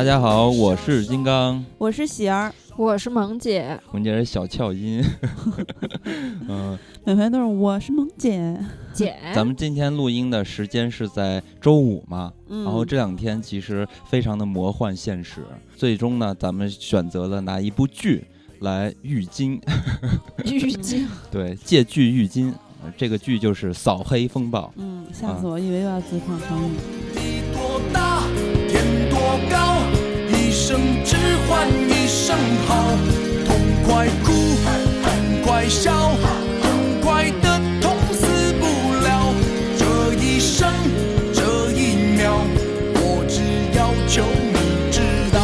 大家好，我是金刚， 我是喜儿， 我是萌姐。 萌姐是小俏音， 每回都是我是萌姐。 咱们今天录音的时间是在周五嘛，然后这两天其实非常的魔幻现实，最终呢，咱们选择了拿一部剧来喻今。 喻今， 对，借剧喻今。这个剧就是《扫黑风暴》。 吓死我，以为又要自创成语。 地多大，天多高，一声只唤一声好，痛快哭，痛快笑，痛快的痛死不了。这一生，这一秒，我只要求你知道。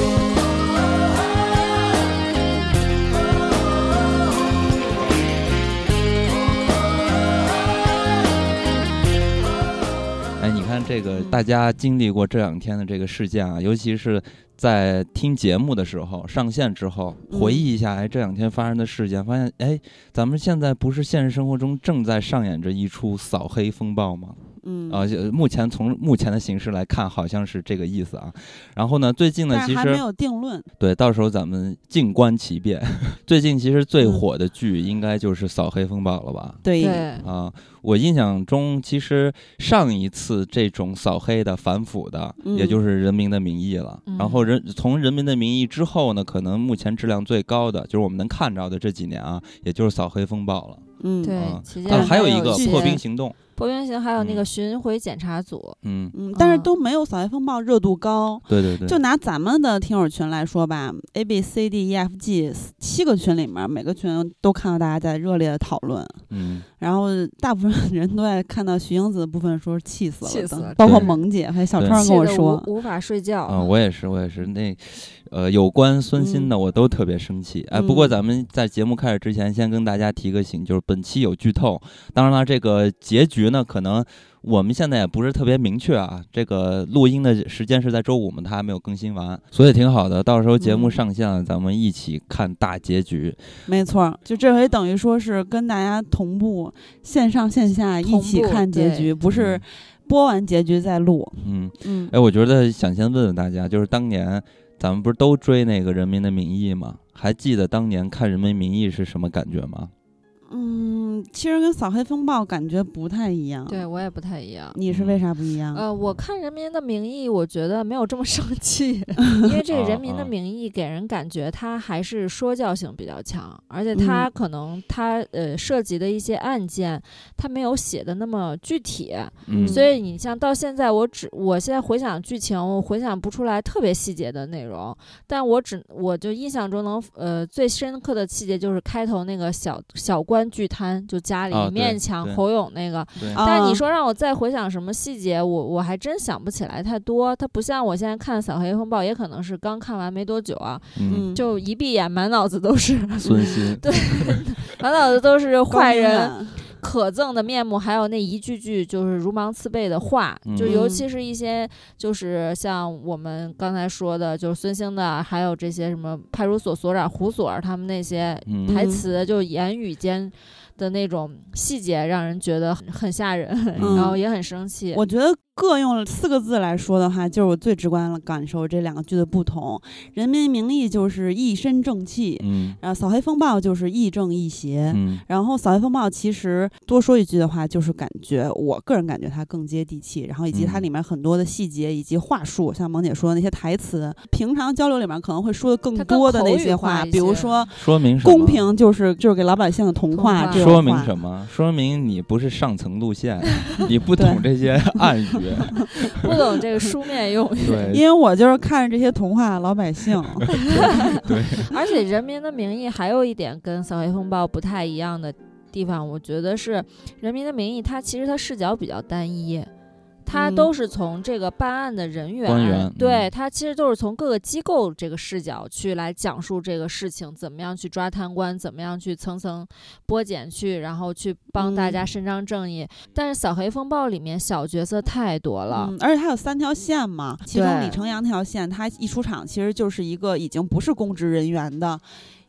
你看这个大家经历过这两天的这个事件啊，尤其是在听节目的时候上线之后回忆一下，这两天发生的事件，发现咱们现在不是现实生活中正在上演着一出扫黑风暴吗？从目前的形势来看，好像是这个意思啊。然后呢，最近呢，其实还没有定论。 对，到时候咱们静观其变。最近其实最火的剧应该就是《扫黑风暴》了吧？ 对啊，我印象中，其实上一次这种扫黑的反腐的，也就是《人民的名义》了。然后从《人民的名义》之后呢，可能目前质量最高的，就是我们能看到的这几年啊，也就是《扫黑风暴》了。 对， 还有一个《破冰行动》。 破冰行还有那个巡回检查组， 但是都没有扫黑风暴热度高。 对， 就拿咱们的听友群来说吧，A B C D E F G 7个群里面，每个群都看到大家在热烈的讨论。然后大部分人都在看到徐英子的部分说气死了，包括萌姐还有小川跟我说无法睡觉。 我也是那有关孙鑫的我都特别生气。不过咱们在节目开始之前，先跟大家提个醒，就是本期有剧透。当然了，这个结局呢，可能我们现在也不是特别明确啊。这个录音的时间是在周五嘛，它还没有更新完，所以挺好的。到时候节目上线了，咱们一起看大结局。 没错，就这回等于说是跟大家同步线上线下一起看结局，不是播完结局再录。 我觉得想先问问大家，就是当年咱们不是都追那个《人民的名义》吗？还记得当年看《人民名义》是什么感觉吗？ 其实跟扫黑风暴感觉不太一样。 对，我也不太一样。 你是为啥不一样？ 我看《人民的名义》，我觉得没有这么生气，因为这个《人民的名义》给人感觉它还是说教性比较强，而且它可能它涉及的一些案件，它没有写的那么具体，所以你像到现在我现在回想剧情，我回想不出来特别细节的内容，但我就印象中最深刻的细节就是开头那个小官聚摊，就家里面墙侯勇那个，但是你说让我再回想什么细节，我还真想不起来太多。它不像我现在看《扫黑风暴》，也可能是刚看完没多久啊，就一闭眼满脑子都是孙鑫， 对，满脑子都是坏人可憎的面目，还有那一句句就是如芒刺背的话，就尤其是一些就是像我们刚才说的，就是孙兴的，还有这些什么派出所所长胡所他们那些台词，就言语间的那种细节，让人觉得很吓人，然后也很生气。 我觉得各用4个字来说的话，就是我最直观的感受这两个剧的不同。人民名义就是一身正气，然后扫黑风暴就是亦正亦邪。然后扫黑风暴其实多说一句的话，就是我个人感觉它更接地气，然后以及它里面很多的细节以及话术，像萌姐说的那些台词，平常交流里面可能会说的更多的那些话，比如说公平就是给老百姓的童话， 说明什么？说明你不是上层路线，你不懂这些暗语。 不懂这个书面用语， 因为我就是看着这些童话老百姓。 对， 而且《人民的名义》还有一点跟《扫黑风暴》不太一样的地方，我觉得是《人民的名义》它其实它视角比较单一。他都是从这个办案的人员， 官员， 对，他其实都是从各个机构这个视角去来讲述这个事情，怎么样去抓贪官，怎么样去层层剥茧去，然后去帮大家伸张正义。但是扫黑风暴里面小角色太多了， 而且它有3条线嘛，其中李成阳那条线，他一出场其实就是一个已经不是公职人员的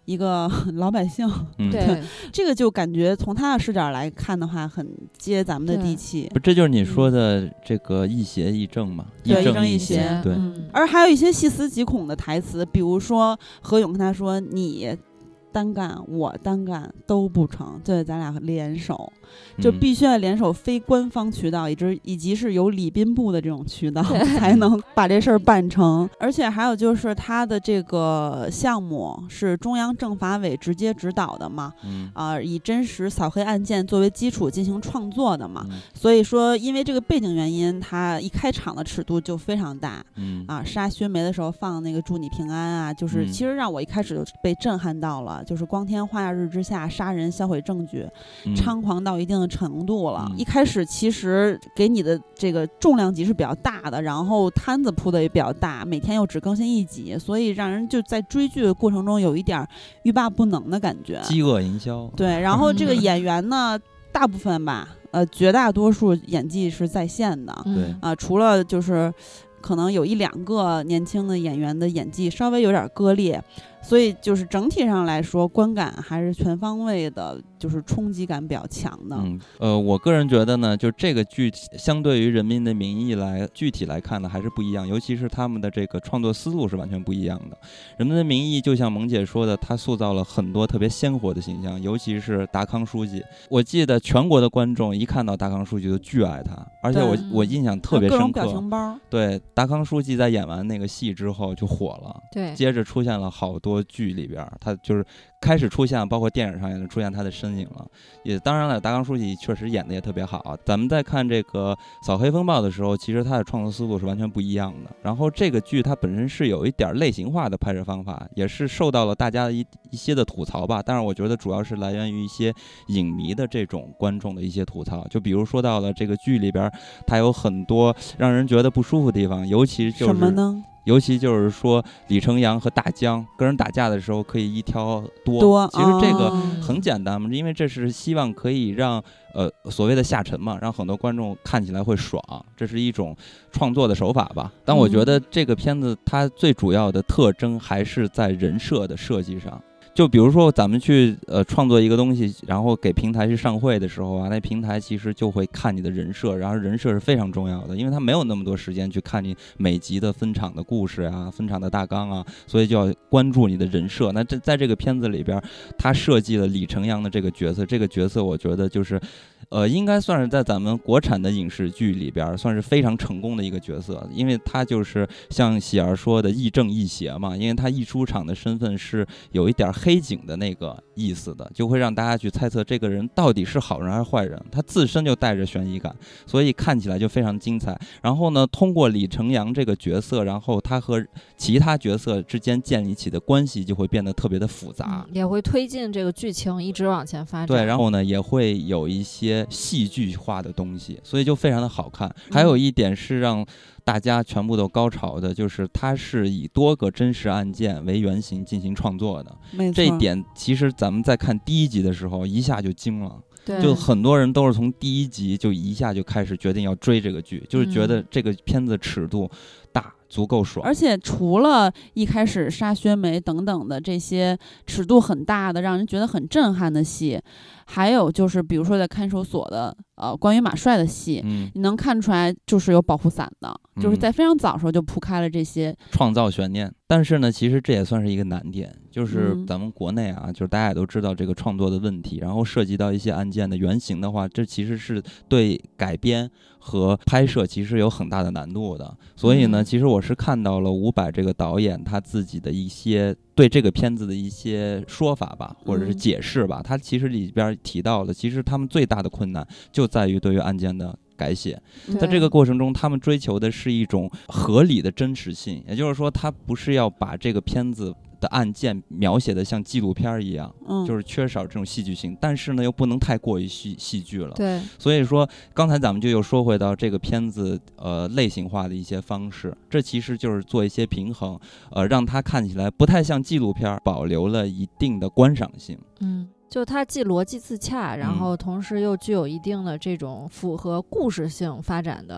一个老百姓。 对， 这个就感觉从他的视角来看的话，很接咱们的地气。 不，这就是你说的这个亦邪亦正嘛，亦正亦邪。对， 而还有一些细思极恐的台词，比如说何勇跟他说：“你单干我单干都不成，对，咱俩联手，就必须要联手非官方渠道，以及是有礼宾部的这种渠道才能把这事儿办成。而且还有就是他的这个项目是中央政法委直接指导的嘛，以真实扫黑案件作为基础进行创作的嘛，所以说因为这个背景原因，他一开场的尺度就非常大，杀薛梅的时候放那个祝你平安啊，就是其实让我一开始就被震撼到了。就是光天化日之下杀人销毁证据，猖狂到一定的程度了。一开始其实给你的这个重量级是比较大的，然后摊子铺的也比较大，每天又只更新一集，所以让人就在追剧的过程中有一点欲罢不能的感觉， 饥饿营销。 对，然后这个演员呢，大部分吧，绝大多数演技是在线的， 对除了就是可能有一两个年轻的演员的演技稍微有点割裂。所以就是整体上来说，观感还是全方位的，就是冲击感比较强的。 我个人觉得呢，就这个剧相对于《人民的名义》具体来看呢，还是不一样，尤其是他们的这个创作思路是完全不一样的。《人民的名义》就像萌姐说的，他塑造了很多特别鲜活的形象，尤其是达康书记。我记得全国的观众一看到达康书记就巨爱他，而且我印象特别深刻。各种表情包。 对，达康书记在演完那个戏之后就火了， 对， 接着出现了好多剧里边，他就是开始出现，包括电影上也能出现他的身影了。也当然了，达康书记确实演的也特别好。咱们在看这个扫黑风暴的时候，其实他的创作思路是完全不一样的。然后这个剧它本身是有一点类型化的拍摄方法，也是受到了大家的一些的吐槽吧。但是我觉得主要是来源于一些影迷的这种观众的一些吐槽。就比如说到了这个剧里边，它有很多让人觉得不舒服的地方，尤其就是什么呢？ 尤其就是说李成阳和大江跟人打架的时候可以一挑多，其实这个很简单嘛，因为这是希望可以让所谓的下沉嘛，让很多观众看起来会爽，这是一种创作的手法吧。但我觉得这个片子它最主要的特征还是在人设的设计上。就比如说咱们去创作一个东西，然后给平台去上会的时候啊，那平台其实就会看你的人设，然后人设是非常重要的，因为他没有那么多时间去看你每集的分场的故事啊、分场的大纲啊，所以就要关注你的人设。那在这个片子里边，他设计了李成阳的这个角色，这个角色我觉得就是应该算是在咱们国产的影视剧里边算是非常成功的一个角色，因为他就是像喜儿说的亦正亦邪嘛，因为他一出场的身份是有一点黑警的那个意思的，就会让大家去猜测这个人到底是好人还是坏人，他自身就带着悬疑感，所以看起来就非常精彩。然后呢，通过李成阳这个角色，然后他和其他角色之间建立起的关系就会变得特别的复杂， 也会推进这个剧情一直往前发展。 对，然后呢也会有一些戏剧化的东西，所以就非常的好看。还有一点是让大家全部都高潮的，就是它是以多个真实案件为原型进行创作的。这一点其实咱们在看第一集的时候一下就惊了，就很多人都是从第一集就一下就开始决定要追这个剧，就是觉得这个片子尺度大，足够爽。 而且除了一开始杀薛梅等等的这些尺度很大的让人觉得很震撼的戏，还有就是比如说在看守所的关于马帅的戏，你能看出来就是有保护伞的，就是在非常早的时候就铺开了这些创造悬念。但是呢其实这也算是一个难点，就是咱们国内啊，就是大家也都知道这个创作的问题，然后涉及到一些案件的原型的话，这其实是对改编和拍摄其实有很大的难度的。所以呢其实我是看到了伍佰这个导演他自己的一些对这个片子的一些说法吧，或者是解释吧，他其实里边提到了，其实他们最大的困难就在于对于案件的改写，在这个过程中他们追求的是一种合理的真实性，也就是说他不是要把这个片子的案件描写的像纪录片一样，就是缺少这种戏剧性，但是呢又不能太过于戏剧了。 对， 所以说刚才咱们就又说回到这个片子类型化的一些方式，这其实就是做一些平衡，让它看起来不太像纪录片，保留了一定的观赏性。 就它既逻辑自洽，然后同时又具有一定的这种符合故事性发展的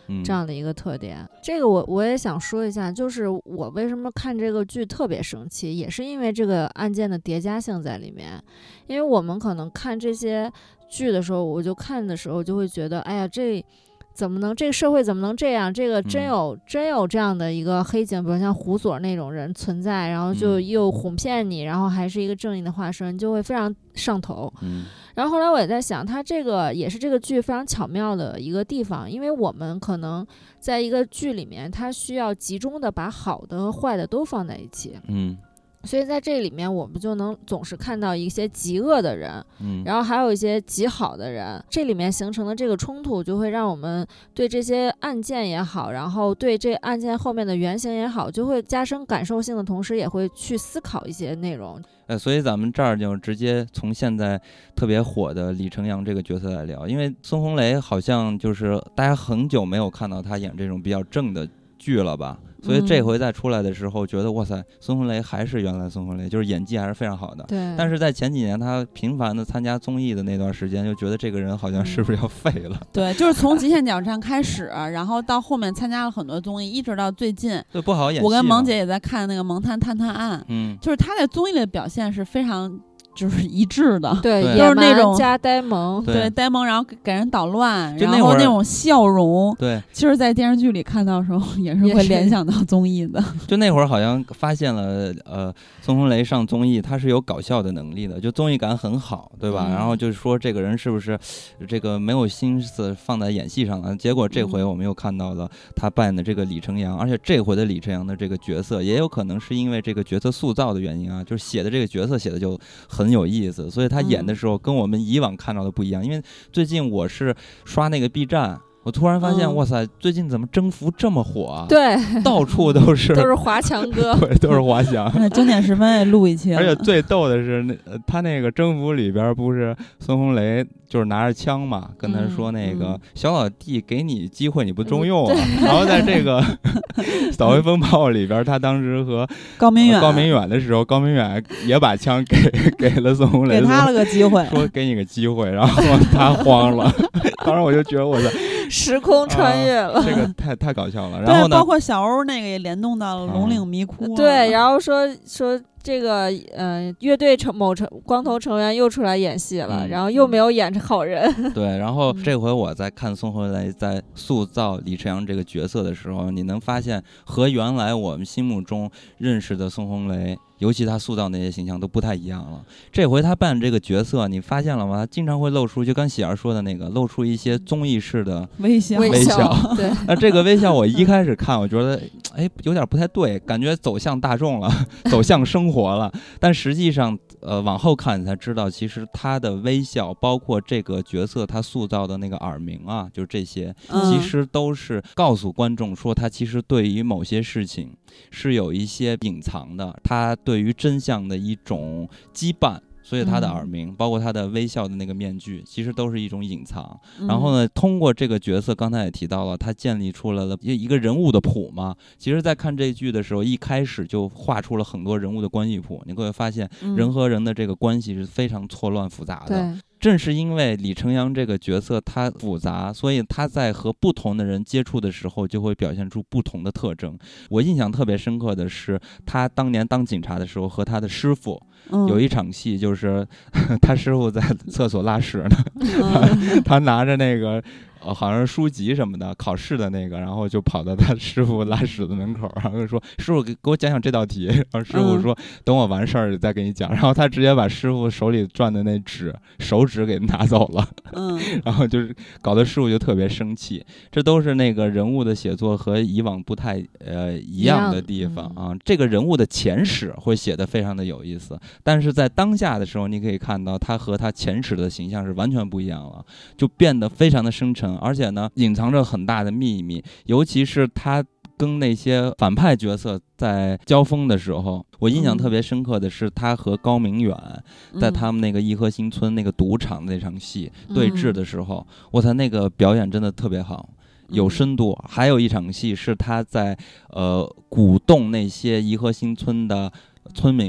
这样的一个特点。这个我也想说一下，就是我为什么看这个剧特别生气，也是因为这个案件的叠加性在里面。因为我们可能看这些剧的时候，我就看的时候就会觉得，哎呀，这个社会怎么能这样？这个真有这样的一个黑警，比如像胡佐那种人存在，然后就又哄骗你，然后还是一个正义的化身，就会非常上头。然后后来我也在想，他这个也是这个剧非常巧妙的一个地方，因为我们可能在一个剧里面，它需要集中的把好的和坏的都放在一起。所以在这里面我们就能总是看到一些极恶的人，然后还有一些极好的人，这里面形成的这个冲突就会让我们对这些案件也好，然后对这案件后面的原型也好，就会加深感受性的同时也会去思考一些内容。 所以咱们这儿就直接从现在特别火的李成阳这个角色来聊，因为孙红雷好像就是大家很久没有看到他演这种比较正的剧了吧，所以这回再出来的时候觉得哇塞，孙红雷还是原来孙红雷，就是演技还是非常好的。 对。 但是在前几年他频繁的参加综艺的那段时间，就觉得这个人好像是不是要废了。 对，就是从极限挑战开始，然后到后面参加了很多综艺，一直到最近。 对，不好演戏。 我跟萌姐也在看那个《萌探探探案》，就是他在综艺的表现是非常就是一致的， 对， 就是那种加呆萌， 对呆萌，然后给人捣乱，然后那种笑容， 对， 其实在电视剧里看到的时候也是会联想到综艺的。 就那会儿好像发现了，孙红雷上综艺他是有搞笑的能力的，就综艺感很好，对吧？然后就是说这个人是不是这个没有心思放在演戏上了？结果这回我们又看到了他扮演的这个李成阳，而且这回的李成阳的这个角色也有可能是因为这个角色塑造的原因啊，就是写的这个角色写的就很有意思，所以他演的时候跟我们以往看到的不一样。因为最近我是刷那个 B 站，我突然发现，哇塞，最近怎么征服这么火啊？ 对， 到处都是华强哥， 对，都是华强。 经典十分也录一期了。 而且最逗的是，他那个征服里边不是孙红雷就是拿着枪嘛，跟他说那个小老弟，给你机会你不中用啊。然后在这个扫黑风暴里边，他当时和高明远的时候，高明远也把枪给了孙红雷， 给他了个机会， 说给你个机会，然后他慌了。当时我就觉得我的时空穿越了， 这个太搞笑了。然后呢， 包括小欧那个也联动到了龙岭迷窟， 对，然后说这个乐队光头成员又出来演戏了，然后又没有演成好人。 对，然后这回我在看孙红雷在塑造李成阳这个角色的时候，你能发现和原来我们心目中认识的孙红雷，尤其他塑造那些形象都不太一样了。这回他扮这个角色，你发现了吗？他经常会露出，就刚喜儿说的那个，露出一些综艺式的微笑。 对， 那这个微笑我一开始看，我觉得有点不太对，感觉走向大众了，走向生活了。但实际上，往后看你才知道，其实他的微笑，包括这个角色他塑造的那个耳鸣啊，就是这些，其实都是告诉观众说，他其实对于某些事情是有一些隐藏的，他对于真相的一种羁绊。所以他的耳鸣，包括他的微笑的那个面具，其实都是一种隐藏。然后呢，通过这个角色，刚才也提到了，他建立出来了一个人物的谱嘛。其实，在看这剧的时候，一开始就画出了很多人物的关系谱。你会发现，人和人的这个关系是非常错乱复杂的。正是因为李成阳这个角色他复杂，所以他在和不同的人接触的时候，就会表现出不同的特征。我印象特别深刻的是，他当年当警察的时候，和他的师傅有一场戏，就是他师傅在厕所拉屎呢，他拿着那个好像是书籍什么的，考试的那个，然后就跑到他师傅拉屎的门口，然后就说：“师傅，给我讲讲这道题。”然后师傅说：“等我完事儿再给你讲。”然后他直接把师傅手里攥的那手指给拿走了，然后就是搞得师傅就特别生气。这都是那个人物的写作和以往不太一样的地方啊。这个人物的前史会写得非常的有意思，但是在当下的时候，你可以看到他和他前史的形象是完全不一样了，就变得非常的深沉。而且呢，隐藏着很大的秘密，尤其是他跟那些反派角色在交锋的时候，我印象特别深刻的是他和高明远在他们那个颐和新村那个赌场那场戏对峙的时候，我猜那个表演真的特别好，有深度。还有一场戏是他在鼓动那些颐和新村的村民嘛，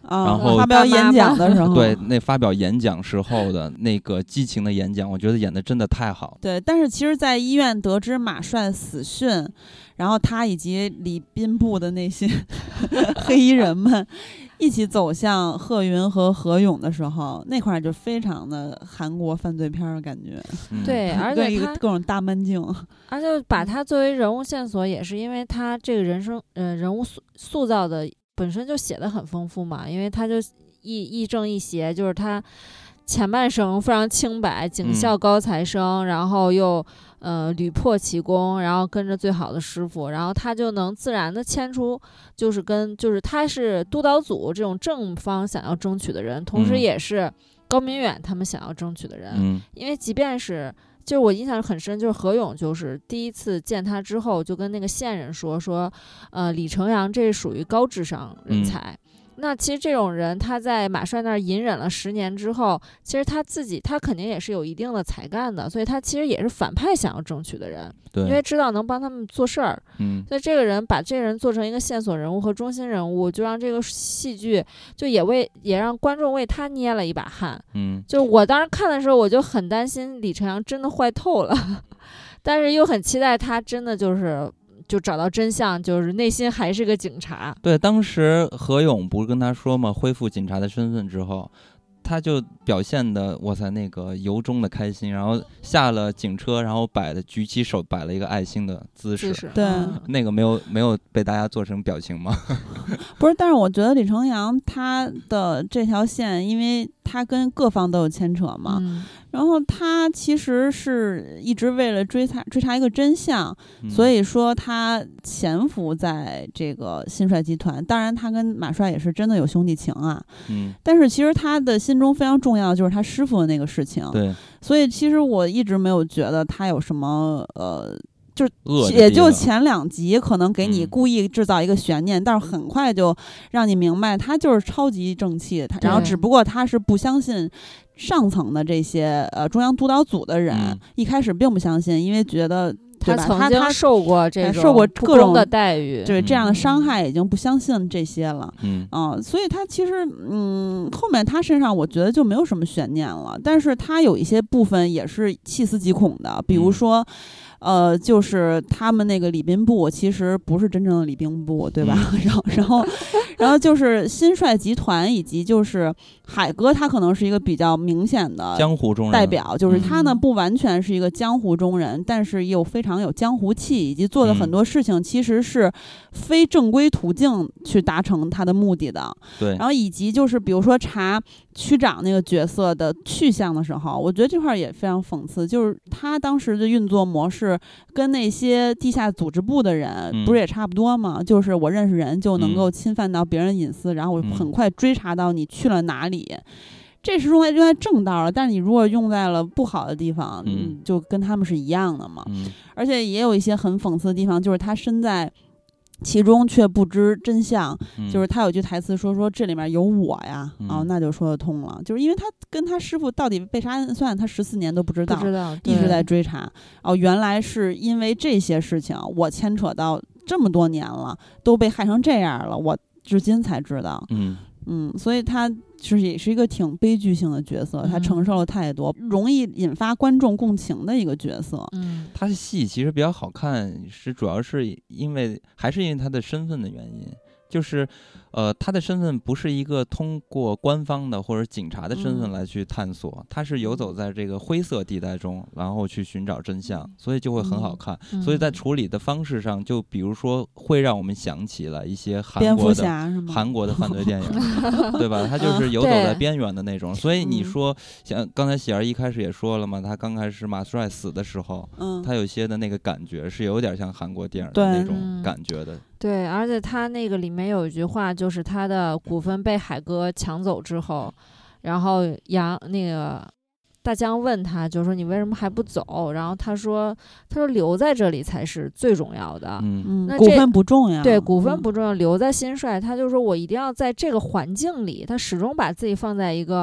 然后发表演讲的时候， 对，那发表演讲时候的那个激情的演讲，我觉得演的真的太好。 对，但是其实在医院得知马帅死讯，然后他以及礼宾部的那些黑衣人们一起走向贺云和何勇的时候，那块就非常的韩国犯罪片的感觉。 对，而且他各种大慢镜， 而且把他作为人物线索，也是因为他这个人物塑造的本身就写得很丰富嘛，因为他就亦正亦邪，就是他前半生非常清白，警校高材生，然后又屡破奇功，然后跟着最好的师傅，然后他就能自然的牵出，就是他是督导组这种正方想要争取的人，同时也是高明远他们想要争取的人。因为即便是就是我印象很深，就是何勇就是第一次见他之后，就跟那个线人说李成阳这属于高智商人才。那其实这种人他在马帅那儿隐忍了10年之后，其实他肯定也是有一定的才干的，所以他其实也是反派想要争取的人， 对， 因为知道能帮他们做事儿。所以这个人把这个人做成一个线索人物和中心人物，就让这个戏剧就也让观众为他捏了一把汗。就我当时看的时候，我就很担心李成阳真的坏透了，但是又很期待他真的就找到真相，就是内心还是个警察。 对，当时何勇不是跟他说嘛，恢复警察的身份之后，他就表现的哇塞那个由衷的开心，然后下了警车，然后举起手摆了一个爱心的姿势。 对， 那个没有被大家做成表情吗？ 不是，但是我觉得李成阳他的这条线，因为他跟各方都有牵扯嘛。然后他其实是一直为了追查一个真相，所以说他潜伏在这个新帅集团。当然他跟马帅也是真的有兄弟情啊。但是其实他的心中非常重要的就是他师傅的那个事情。 对， 所以其实我一直没有觉得他有什么就也就前2集可能给你故意制造一个悬念，但是很快就让你明白他就是超级正气，然后只不过他是不相信上层的这些中央督导组的人，一开始并不相信，因为觉得他曾经受过各种的待遇， 对这样的伤害已经不相信这些了。所以他其实后面他身上我觉得就没有什么悬念了，但是他有一些部分也是细思极恐的，比如说就是他们那个礼宾部其实不是真正的礼宾部，对吧？然后就是新帅集团以及就是海哥，他可能是一个比较明显的江湖中人代表，就是他呢不完全是一个江湖中人，但是又非常有江湖气，以及做的很多事情其实是非正规途径去达成他的目的的。 对， 然后以及就是比如说查区长那个角色的去向的时候，我觉得这块也非常讽刺，就是他当时的运作模式跟那些地下组织部的人不是也差不多吗？就是我认识人就能够侵犯到别人隐私，然后我很快追查到你去了哪里。这是用在正道了，但是你如果用在了不好的地方，就跟他们是一样的嘛。而且也有一些很讽刺的地方，就是他身在其中却不知真相，就是他有句台词说这里面有我呀，那就说得通了，就是因为他跟他师傅到底被啥暗算，他14年都不知道，一直在追查。原来是因为这些事情，我牵扯到这么多年了，都被害成这样了，我至今才知道。所以他就是也是一个挺悲剧性的角色，他承受了太多，容易引发观众共情的一个角色。 他的戏其实比较好看，主要是因为他的身份的原因，就是他的身份不是一个通过官方的或者警察的身份来去探索，他是游走在这个灰色地带中，然后去寻找真相，所以就会很好看。所以在处理的方式上，就比如说会让我们想起了一些韩国的犯罪电影，对吧？他就是游走在边缘的那种。所以你说像刚才喜儿一开始也说了嘛，他刚开始马帅死的时候，他有些的那个感觉是有点像韩国电影的那种感觉的。 对，而且他那个里面有一句话，就是他的股份被海哥抢走之后，然后大江问他，就说你为什么还不走？然后他说留在这里才是最重要的。那股份不重要， 对，股份不重要，留在新帅，他就说我一定要在这个环境里，他始终把自己放在一个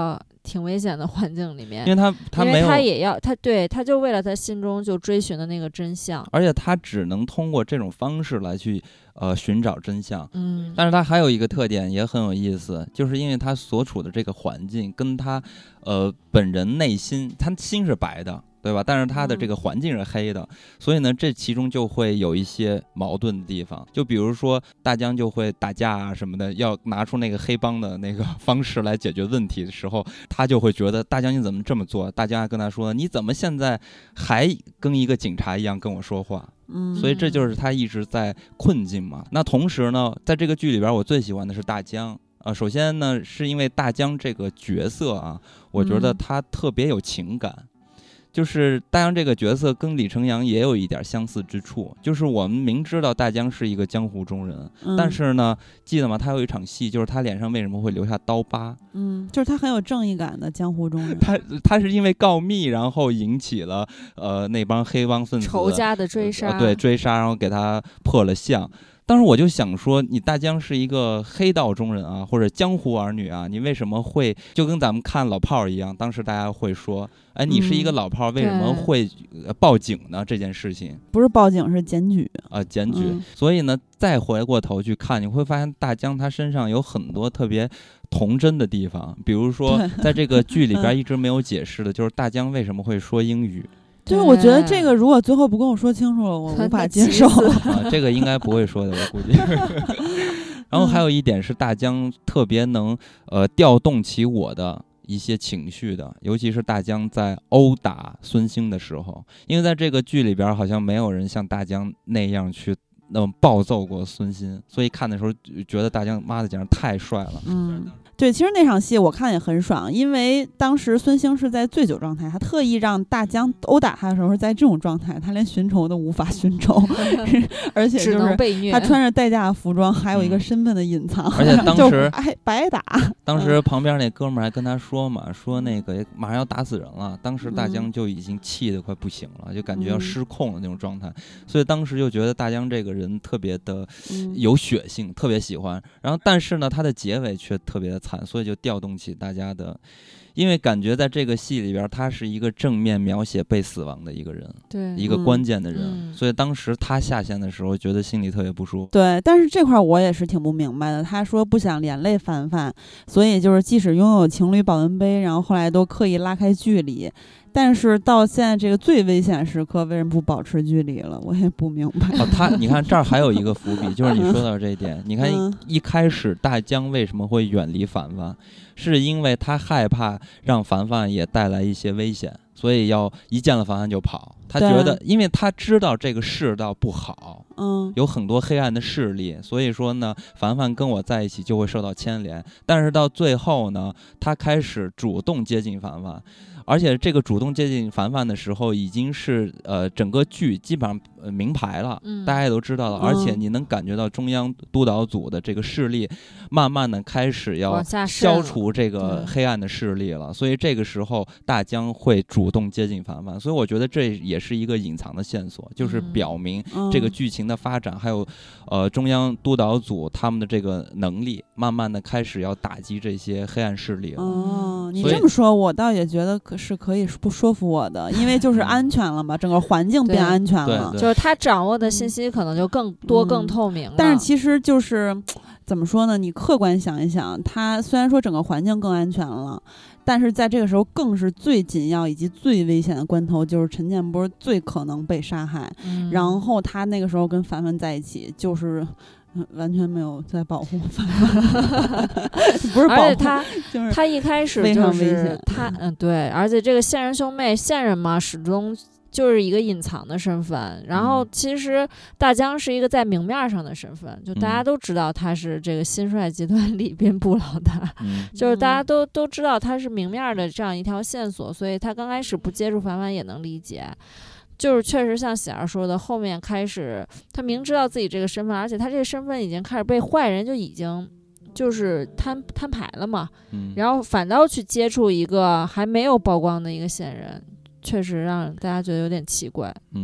挺危险的环境里面， 因为他没有， 他也要他就为了他心中就追寻的那个真相， 而且他只能通过这种方式来去寻找真相。但是他还有一个特点也很有意思，就是因为他所处的这个环境跟他本人内心，他心是白的，对吧？但是他的这个环境是黑的，所以呢，这其中就会有一些矛盾的地方。就比如说大江就会打架啊什么的，要拿出那个黑帮的那个方式来解决问题的时候，他就会觉得大江你怎么这么做？大江还跟他说，你怎么现在还跟一个警察一样跟我说话？所以这就是他一直在困境嘛。那同时呢，在这个剧里边，我最喜欢的是大江。首先呢，是因为大江这个角色啊，我觉得他特别有情感。就是大江这个角色跟李成阳也有一点相似之处，就是我们明知道大江是一个江湖中人，但是呢，记得吗？他有一场戏，就是他脸上为什么会留下刀疤？ 就是他很有正义感的江湖中人。 他是因为告密，然后引起了那帮黑帮分子仇家的追杀， 对，追杀，然后给他破了相。当时我就想说，你大江是一个黑道中人啊，或者江湖儿女啊，你为什么会就跟咱们看老炮儿一样？当时大家会说，哎，你是一个老炮儿，为什么会报警呢？这件事情不是报警，是检举检举。所以呢，再回过头去看，你会发现大江他身上有很多特别童真的地方，比如说在这个剧里边一直没有解释的，就是大江为什么会说英语。 就是我觉得这个如果最后不跟我说清楚了，我无法接受这个应该不会说的，我估计。然后还有一点是大江特别能调动起我的一些情绪的，尤其是大江在殴打孙兴的时候，因为在这个剧里边好像没有人像大江那样去暴揍过孙兴，所以看的时候觉得大江妈的简直太帅了。 对，其实那场戏我看也很爽，因为当时孙兴是在醉酒状态，他特意让大江殴打他的时候是在这种状态，他连寻仇都无法寻仇，而且就是他穿着代驾的服装，还有一个身份的隐藏， 而且当时白打。 当时旁边那哥们儿还跟他说嘛，说那个马上要打死人了，当时大江就已经气得快不行了，就感觉要失控的那种状态，所以当时就觉得大江这个人特别的有血性，特别喜欢。然后但是呢，他的结尾却特别的惨，所以就调动起大家的，因为感觉在这个戏里边，他是一个正面描写被死亡的一个人， 对， 一个关键的人，所以当时他下线的时候，觉得心里特别不舒服。 对，但是这块我也是挺不明白的。他说不想连累凡凡，所以就是即使拥有情侣保温杯，然后后来都刻意拉开距离。但是到现在这个最危险时刻，为什么不保持距离了？我也不明白。 你看这儿还有一个伏笔，就是你说到这一点。你看一开始大江为什么会远离凡凡，是因为他害怕让凡凡也带来一些危险，所以要一见了凡凡就跑。他觉得，因为他知道这个世道不好，有很多黑暗的势力，所以说呢，凡凡跟我在一起就会受到牵连。但是到最后呢，他开始主动接近凡凡。而且这个主动接近凡凡的时候，已经是整个剧基本上明牌了，大家也都知道了。而且你能感觉到中央督导组的这个势力，慢慢的开始要消除这个黑暗的势力了。所以这个时候大江会主动接近凡凡，所以我觉得这也是一个隐藏的线索，就是表明这个剧情的发展，还有中央督导组他们的这个能力，慢慢的开始要打击这些黑暗势力了。 你这么说，我倒也觉得是可以不说服我的，因为就是安全了嘛，整个环境变安全了， 就是他掌握的信息可能就更多、更透明了。 但是其实就是怎么说呢？你客观想一想，他虽然说整个环境更安全了，但是在这个时候更是最紧要以及最危险的关头，就是陈建波最可能被杀害，然后他那个时候跟凡凡在一起，就是完全没有在保护凡凡，不是保护， 而且他一开始就是他对，而且这个线人兄妹线人嘛，始终就是一个隐藏的身份。然后其实大江是一个在明面上的身份，就大家都知道他是这个新帅集团里边部老大，就是大家都知道他是明面的这样一条线索，所以他刚开始不接触凡凡也能理解。就是确实像喜儿说的，后面开始他明知道自己这个身份，而且他这个身份已经开始被坏人就已经就是摊牌了嘛，然后反倒去接触一个还没有曝光的一个线人，确实让大家觉得有点奇怪。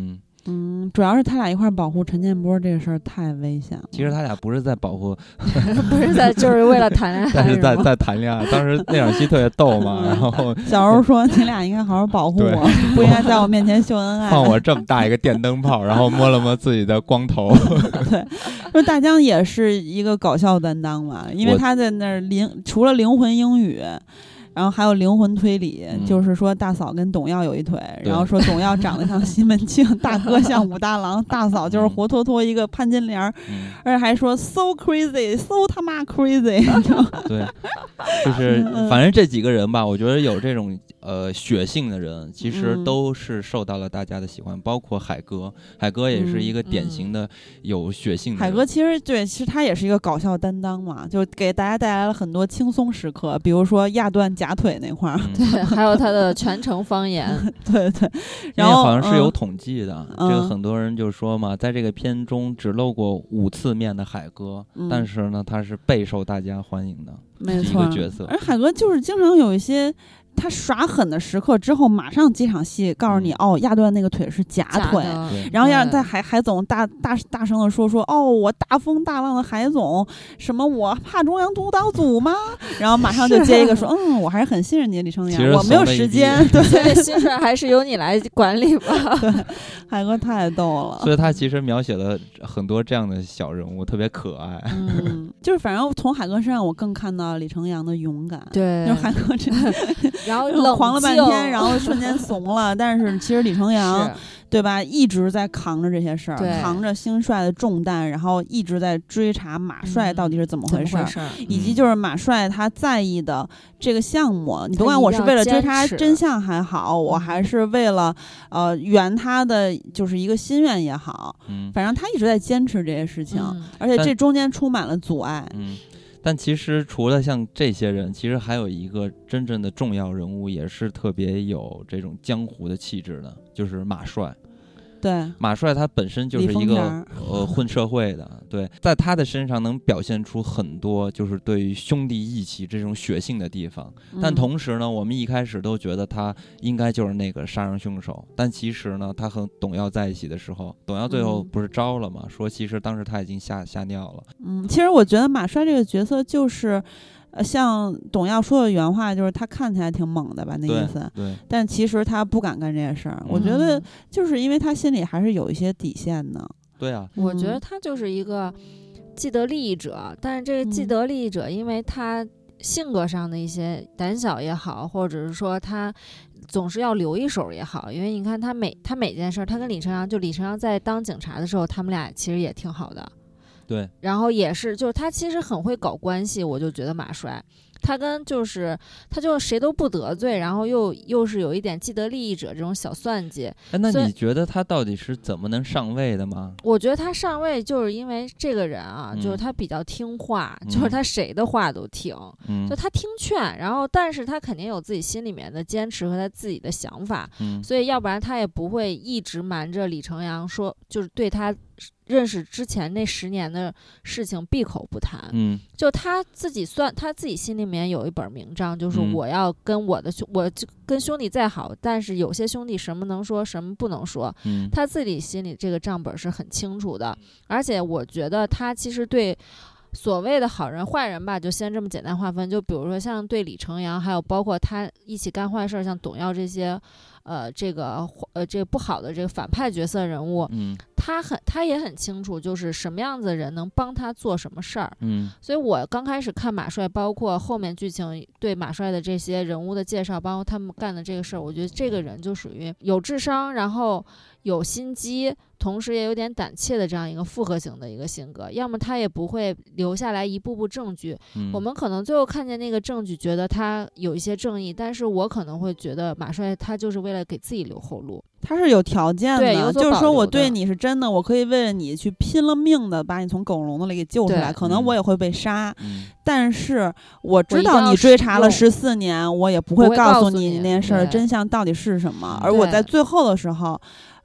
主要是他俩一块保护陈建波这个事儿太危险了。 其实他俩不是在保护不是在就是为了谈恋爱， 但是在谈恋爱。当时那场戏特别逗嘛，然后小柔说你俩应该好好保护我，不应该在我面前秀恩爱， 放我这么大一个电灯泡，然后摸了摸自己的光头。 对，说大江也是一个搞笑担当嘛，因为他在那儿除了灵魂英语，然后还有灵魂推理，就是说大嫂跟董耀有一腿，然后说董耀长得像西门庆，大哥像武大郎，大嫂就是活脱脱一个潘金莲，而且还说 so crazy so 他妈 crazy。 对，就是反正这几个人吧，我觉得有这种血性的人其实都是受到了大家的喜欢，包括海哥也是一个典型的有血性的人。 海哥其实他也是一个搞笑担当嘛，就给大家带来了很多轻松时刻，比如说压断假腿那块儿， 对，还有他的全程方言。 对对，然后好像是有统计的，这个很多人就说嘛，在这个片中只露过5次面的海哥，但是呢他是备受大家欢迎的一个角色。 而海哥就是经常有一些他耍狠的时刻之后，马上几场戏告诉你，压断那个腿是假腿，然后让在海总大声的说我大风大浪的海总，什么我怕中央督导组吗？然后马上就接一个说我还是很信任你李成阳，我没有时间， 对，所以薪水还是由你来管理吧。 对，海哥太逗了， 所以他其实描写了很多这样的小人物，特别可爱。 就是反正从海哥身上我更看到李成阳的勇敢， 对， 就是海哥真的然后狂了半天，然后瞬间怂了。但是其实李成阳，对吧，一直在扛着这些事儿，扛着兴帅的重担，然后一直在追查马帅到底是怎么回事，以及就是马帅他在意的这个项目，你不管我是为了追查真相还好，我还是为了圆他的就是一个心愿也好，反正他一直在坚持这些事情，而且这中间充满了阻碍。 但其实除了像这些人，其实还有一个真正的重要人物，也是特别有这种江湖的气质的，就是马帅。 对， 马帅他本身就是一个混社会的，对，在他的身上能表现出很多就是对于兄弟义气这种血性的地方，但同时呢，我们一开始都觉得他应该就是那个杀人凶手，但其实呢，他和董耀在一起的时候，董耀最后不是招了吗？说其实当时他已经吓尿了。 其实我觉得马帅这个角色就是像董耀说的原话，就是他看起来挺猛的吧，那意思。 对。 但其实他不敢干这些事儿。我觉得就是因为他心里还是有一些底线的。 对啊。 我觉得他就是一个既得利益者，但是这个既得利益者，因为他性格上的一些胆小也好，或者是说他总是要留一手也好，因为你看他每件事，他跟李成阳，就李成阳在当警察的时候，他们俩其实也挺好的。 对， 然后也是，就是他其实很会搞关系，我就觉得马帅，他就谁都不得罪，然后又是有一点既得利益者这种小算计。 那你觉得他到底是怎么能上位的吗？ 我觉得他上位就是因为这个人啊，就是他比较听话，就是他谁的话都听，就他听劝，然后但是他肯定有自己心里面的坚持和他自己的想法，所以要不然他也不会一直瞒着李成阳说，就是对他认识之前那10年的事情闭口不谈。就他自己心里面有一本明账，就是我要跟我就跟兄弟再好，但是有些兄弟什么能说什么不能说，他自己心里这个账本是很清楚的。而且我觉得他其实对所谓的好人坏人吧，就先这么简单划分，就比如说像对李成阳，还有包括他一起干坏事，像董耀这些这个不好的这个反派角色人物，他也很清楚，就是什么样子的人能帮他做什么事儿。所以我刚开始看马帅，包括后面剧情对马帅的这些人物的介绍，包括他们干的这个事儿，我觉得这个人就属于有智商，然后有心机，同时也有点胆怯的这样一个复合型的一个性格。要么他也不会留下来一步步证据，我们可能最后看见那个证据觉得他有一些正义，但是我可能会觉得马帅他就是为了给自己留后路， 他是有条件的， 对，有所保留的， 就是说我对你是真的，我可以为了你去拼了命的把你从狗笼子里给救出来，可能我也会被杀，但是我知道你追查了14年，我也不会告诉你那件事的真相到底是什么，而我在最后的时候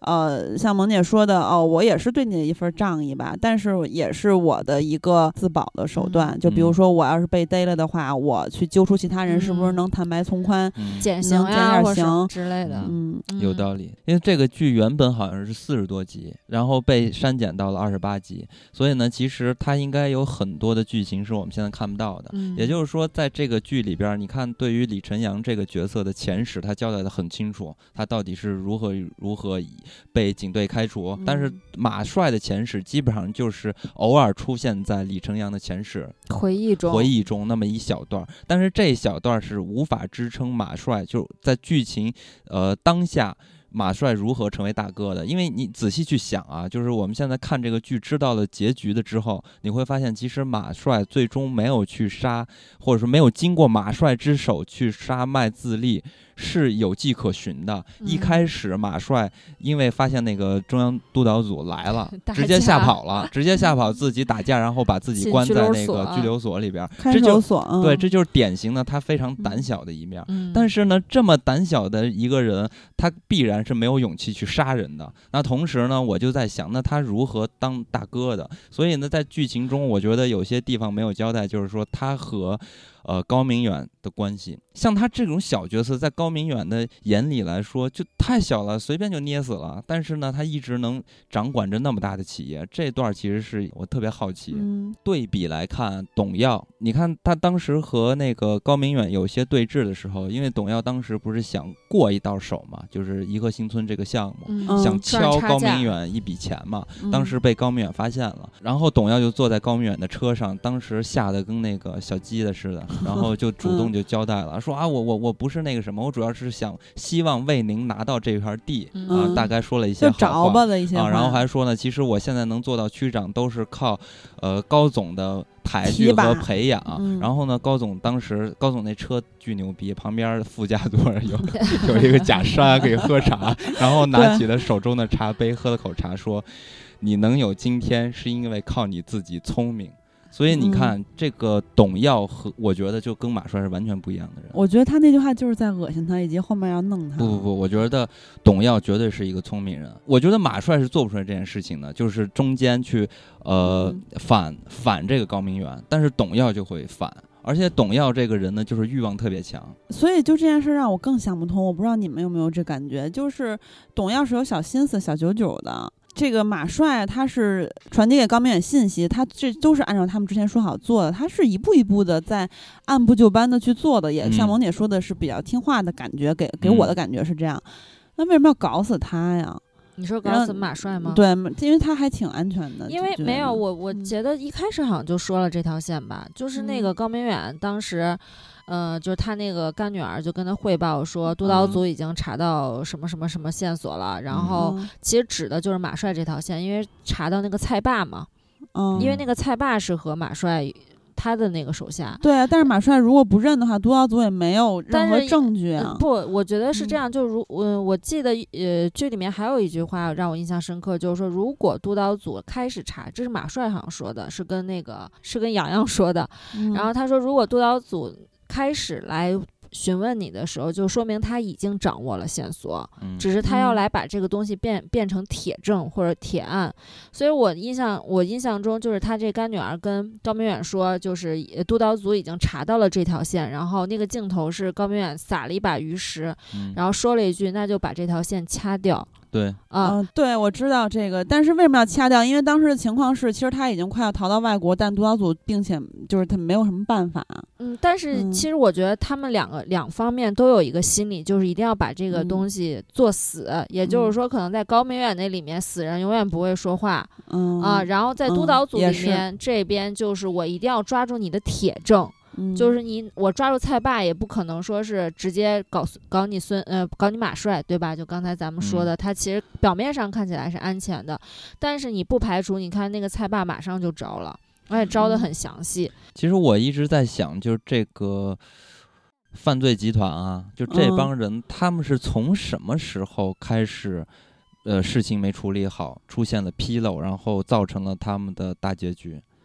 像萌姐说的我也是对你的一份仗义吧，但是也是我的一个自保的手段。就比如说我要是被逮了的话，我去揪出其他人，是不是能坦白从宽， 减刑呀或者之类的。 有道理。因为这个剧原本好像是40多集，然后被删减到了28集，所以呢，其实它应该有很多的剧情是我们现在看不到的。也就是说，在这个剧里边，你看对于李晨阳这个角色的前史，他交代的很清楚，他到底是如何被警队开除。但是马帅的前史基本上就是偶尔出现在李晨阳的前史回忆中那么一小段，但是这一小段是无法支撑马帅就在剧情当下马帅如何成为大哥的。因为你仔细去想啊，就是我们现在看这个剧知道了结局的之后，你会发现其实马帅最终没有去杀，或者说没有经过马帅之手去杀麦自立，是有迹可循的。一开始马帅因为发现那个中央督导组来了，直接吓跑自己打架，然后把自己关在那个拘留所里边， 看守所。 对，这就是典型的他非常胆小的一面。但是呢，这么胆小的一个人，他必然是没有勇气去杀人的。那同时呢，我就在想，那他如何当大哥的？所以呢，在剧情中，我觉得有些地方没有交代，就是说他和高明远的关系。像他这种小角色，在高明远的眼里来说就太小了，随便就捏死了。但是呢，他一直能掌管着那么大的企业，这段其实是我特别好奇。对比来看，董耀，你看他当时和那个高明远有些对峙的时候，因为董耀当时不是想过一道手嘛，就是颐和新村这个项目，想敲高明远一笔钱嘛，当时被高明远发现了，然后董耀就坐在高明远的车上，当时吓得跟那个小鸡的似的，然后就主动就交代了，说啊，我不是那个什么，我主要是希望为您拿到这片地大概说了一些好话的一些话然后还说呢，其实我现在能做到区长都是靠高总的抬举和培养。然后呢，高总那车巨牛逼，旁边副驾座有一个假山可以喝茶，然后拿起了手中的茶杯喝了口茶，说你能有今天是因为靠你自己聪明。所以你看，这个董耀和我觉得就跟马帅是完全不一样的人。 我觉得他那句话就是在恶心他，以及后面要弄他。 不，我觉得董耀绝对是一个聪明人。我觉得马帅是做不出来这件事情的，就是中间去反这个高明远，但是董耀就会反。而且董耀这个人呢，就是欲望特别强， 所以就这件事让我更想不通。我不知道你们有没有这感觉，就是董耀是有小心思、小九九的。这个马帅他是传递给高明远信息，他这都是按照他们之前说好做的，他是一步一步的在按部就班的去做的，也像萌姐说的是比较听话的感觉，给我的感觉是这样。那为什么要搞死他呀？ 你说搞死马帅吗？ 对，因为他还挺安全的。 因为没有我觉得一开始好像就说了这条线吧，就是那个高明远当时就是他那个干女儿就跟他汇报说，督导组已经查到什么什么什么线索了，然后其实指的就是马帅这条线，因为查到那个蔡爸嘛，因为那个蔡爸是和马帅他的那个手下。 对啊，但是马帅如果不认的话，督导组也没有任何证据啊。 不，我觉得是这样，就我记得剧里面还有一句话让我印象深刻，就是说如果督导组开始查，这是马帅好像说的，是跟洋洋说的，然后他说如果督导组开始来询问你的时候，就说明他已经掌握了线索，只是他要来把这个东西变成铁证或者铁案。所以我印象中就是他这干女儿跟高明远说，就是督导组已经查到了这条线，然后那个镜头是高明远撒了一把鱼食，然后说了一句那就把这条线掐掉。 对对，我知道这个，但是为什么要掐掉？因为当时的情况是，其实他已经快要逃到外国，但督导组并且就是他没有什么办法。 但是其实我觉得他们两方面都有一个心理，就是一定要把这个东西做死。也就是说，可能在高明远那里面，死人永远不会说话。然后在督导组里面，这边就是我一定要抓住你的铁证。就是我抓住蔡爸也不可能说是直接搞你搞你马帅，对吧？就刚才咱们说的，他其实表面上看起来是安全的，但是你不排除，你看那个蔡爸马上就招了，而且招得很详细。 其实我一直在想，就是这个犯罪集团啊，就这帮人，他们是从什么时候开始，事情没处理好，出现了纰漏，然后造成了他们的大结局。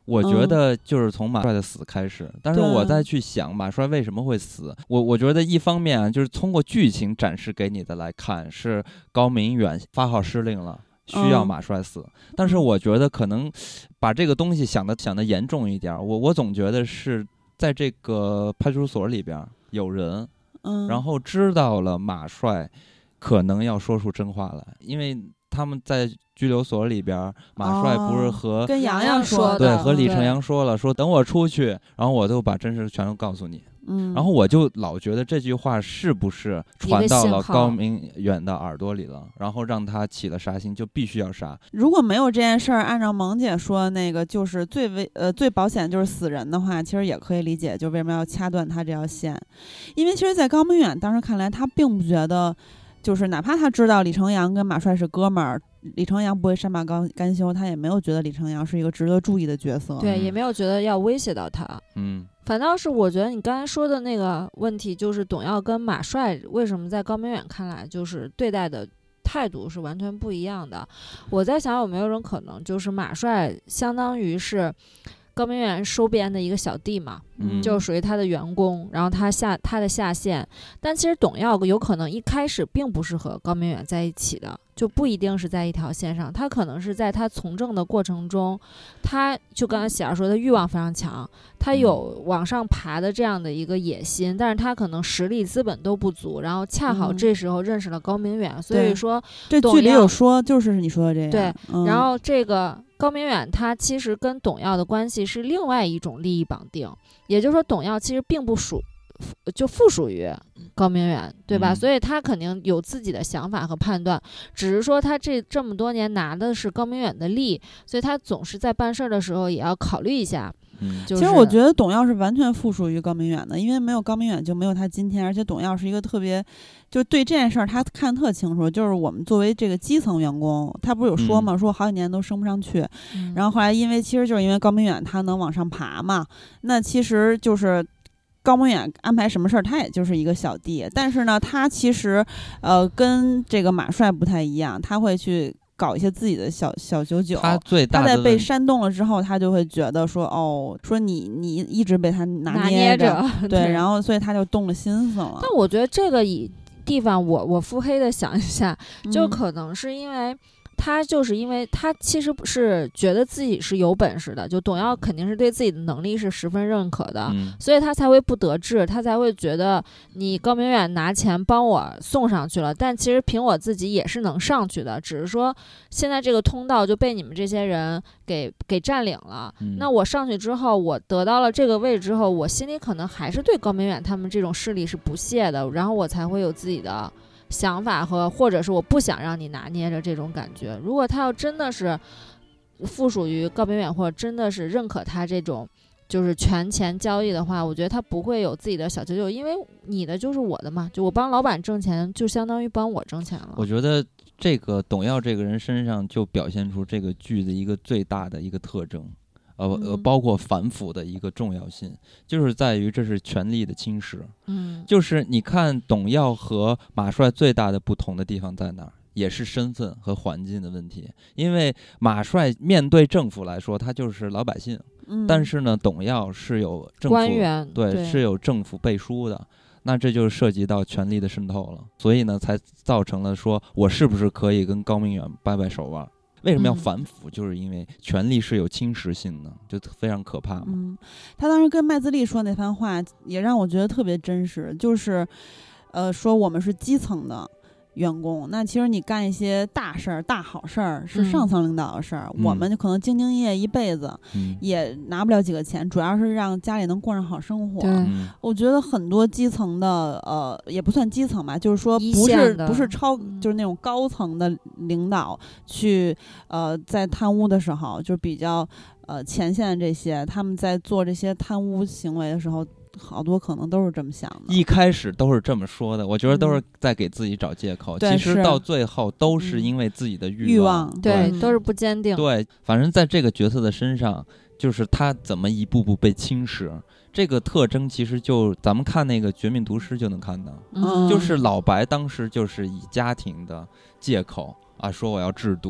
我觉得就是从马帅的死开始，但是我再去想马帅为什么会死，我觉得一方面啊，就是通过剧情展示给你的来看，是高明远发号施令了，需要马帅死。但是我觉得可能把这个东西想得严重一点，我总觉得是在这个派出所里边有人，然后知道了马帅可能要说出真话来，因为他们在拘留所里边，马帅不是和跟洋洋说的， 对，和李成阳说了，说等我出去，然后我就把真实全都告诉你。然后我就老觉得这句话是不是传到了高明远的耳朵里了，然后让他起了杀心，就必须要杀。 如果没有这件事儿，按照萌姐说那个就是最保险就是死人的话，其实也可以理解，就为什么要掐断他这条线。因为其实在高明远当时看来，他并不觉得，就是哪怕他知道李成阳跟马帅是哥们儿，李成阳不会善罢甘休，他也没有觉得李成阳是一个值得注意的角色， 对，也没有觉得要威胁到他。反倒是我觉得你刚才说的那个问题，就是董耀跟马帅为什么在高明远看来就是对待的态度是完全不一样的。我在想有没有一种可能，就是马帅相当于是高明远收编的一个小弟嘛，就属于他的员工，然后他的下线。但其实董耀有可能一开始并不是和高明远在一起的，就不一定是在一条线上，他可能是在他从政的过程中，他就刚才喜儿说的欲望非常强，他有往上爬的这样的一个野心，但是他可能实力资本都不足，然后恰好这时候认识了高明远，所以说这剧里有说，就是你说的这样。 对，然后这个高明远他其实跟董耀的关系是另外一种利益绑定，也就是说董耀其实并不附属于高明远，对吧？所以他肯定有自己的想法和判断，只是说他这么多年拿的是高明远的利，所以他总是在办事的时候也要考虑一下。其实我觉得董耀是完全附属于高明远的，因为没有高明远就没有他今天，而且董耀是一个特别，就对这件事儿他看特清楚，就是我们作为这个基层员工，他不是有说嘛，说好几年都升不上去，然后后来其实就是因为高明远他能往上爬嘛，那其实就是高明远安排什么事儿，他也就是一个小弟，但是呢，他其实跟这个马帅不太一样，他会去搞一些自己的小九九。 他在被煽动了之后，他就会觉得说，说你一直被他拿捏着，对，然后所以他就动了心思了。 但我觉得这个地方我腹黑的想一下，就可能是因为。他就是因为他其实是觉得自己是有本事的，就董耀肯定是对自己的能力是十分认可的，所以他才会不得志，他才会觉得你高明远拿钱帮我送上去了，但其实凭我自己也是能上去的，只是说现在这个通道就被你们这些人给占领了。那我上去之后，我得到了这个位置之后，我心里可能还是对高明远他们这种势力是不屑的，然后我才会有自己的想法或者是我不想让你拿捏着这种感觉。如果他要真的是附属于高明远，或者真的是认可他这种就是权钱交易的话，我觉得他不会有自己的小九九，因为你的就是我的嘛，就我帮老板挣钱就相当于帮我挣钱了。 我觉得这个董耀这个人身上就表现出这个剧的一个最大的一个特征，包括反腐的一个重要性，就是在于这是权力的侵蚀。就是你看董耀和马帅最大的不同的地方在哪儿，也是身份和环境的问题。因为马帅面对政府来说，他就是老百姓，但是呢，董耀是有政府官员， 对，是有政府背书的。那这就涉及到权力的渗透了，所以呢，才造成了说我是不是可以跟高明远掰手腕。为什么要反腐？就是因为权力是有侵蚀性的，就非常可怕嘛。 他当时跟麦兹利说那番话，也让我觉得特别真实，就是说我们是基层的员工，那其实你干一些大事儿、大好事儿是上层领导的事儿，我们可能兢兢业业一辈子，也拿不了几个钱，主要是让家里能过上好生活。我觉得很多基层的也不算基层吧，就是说不是就是那种高层的领导去在贪污的时候，就比较前线这些他们在做这些贪污行为的时候，好多可能都是这么想的， 一开始都是这么说的，我觉得都是在给自己找借口，其实到最后都是因为自己的欲望， 对，都是不坚定。 对，反正在这个角色的身上，就是他怎么一步步被侵蚀，这个特征其实就咱们看那个《绝命毒师》就能看到，就是老白当时就是以家庭的借口说我要制毒，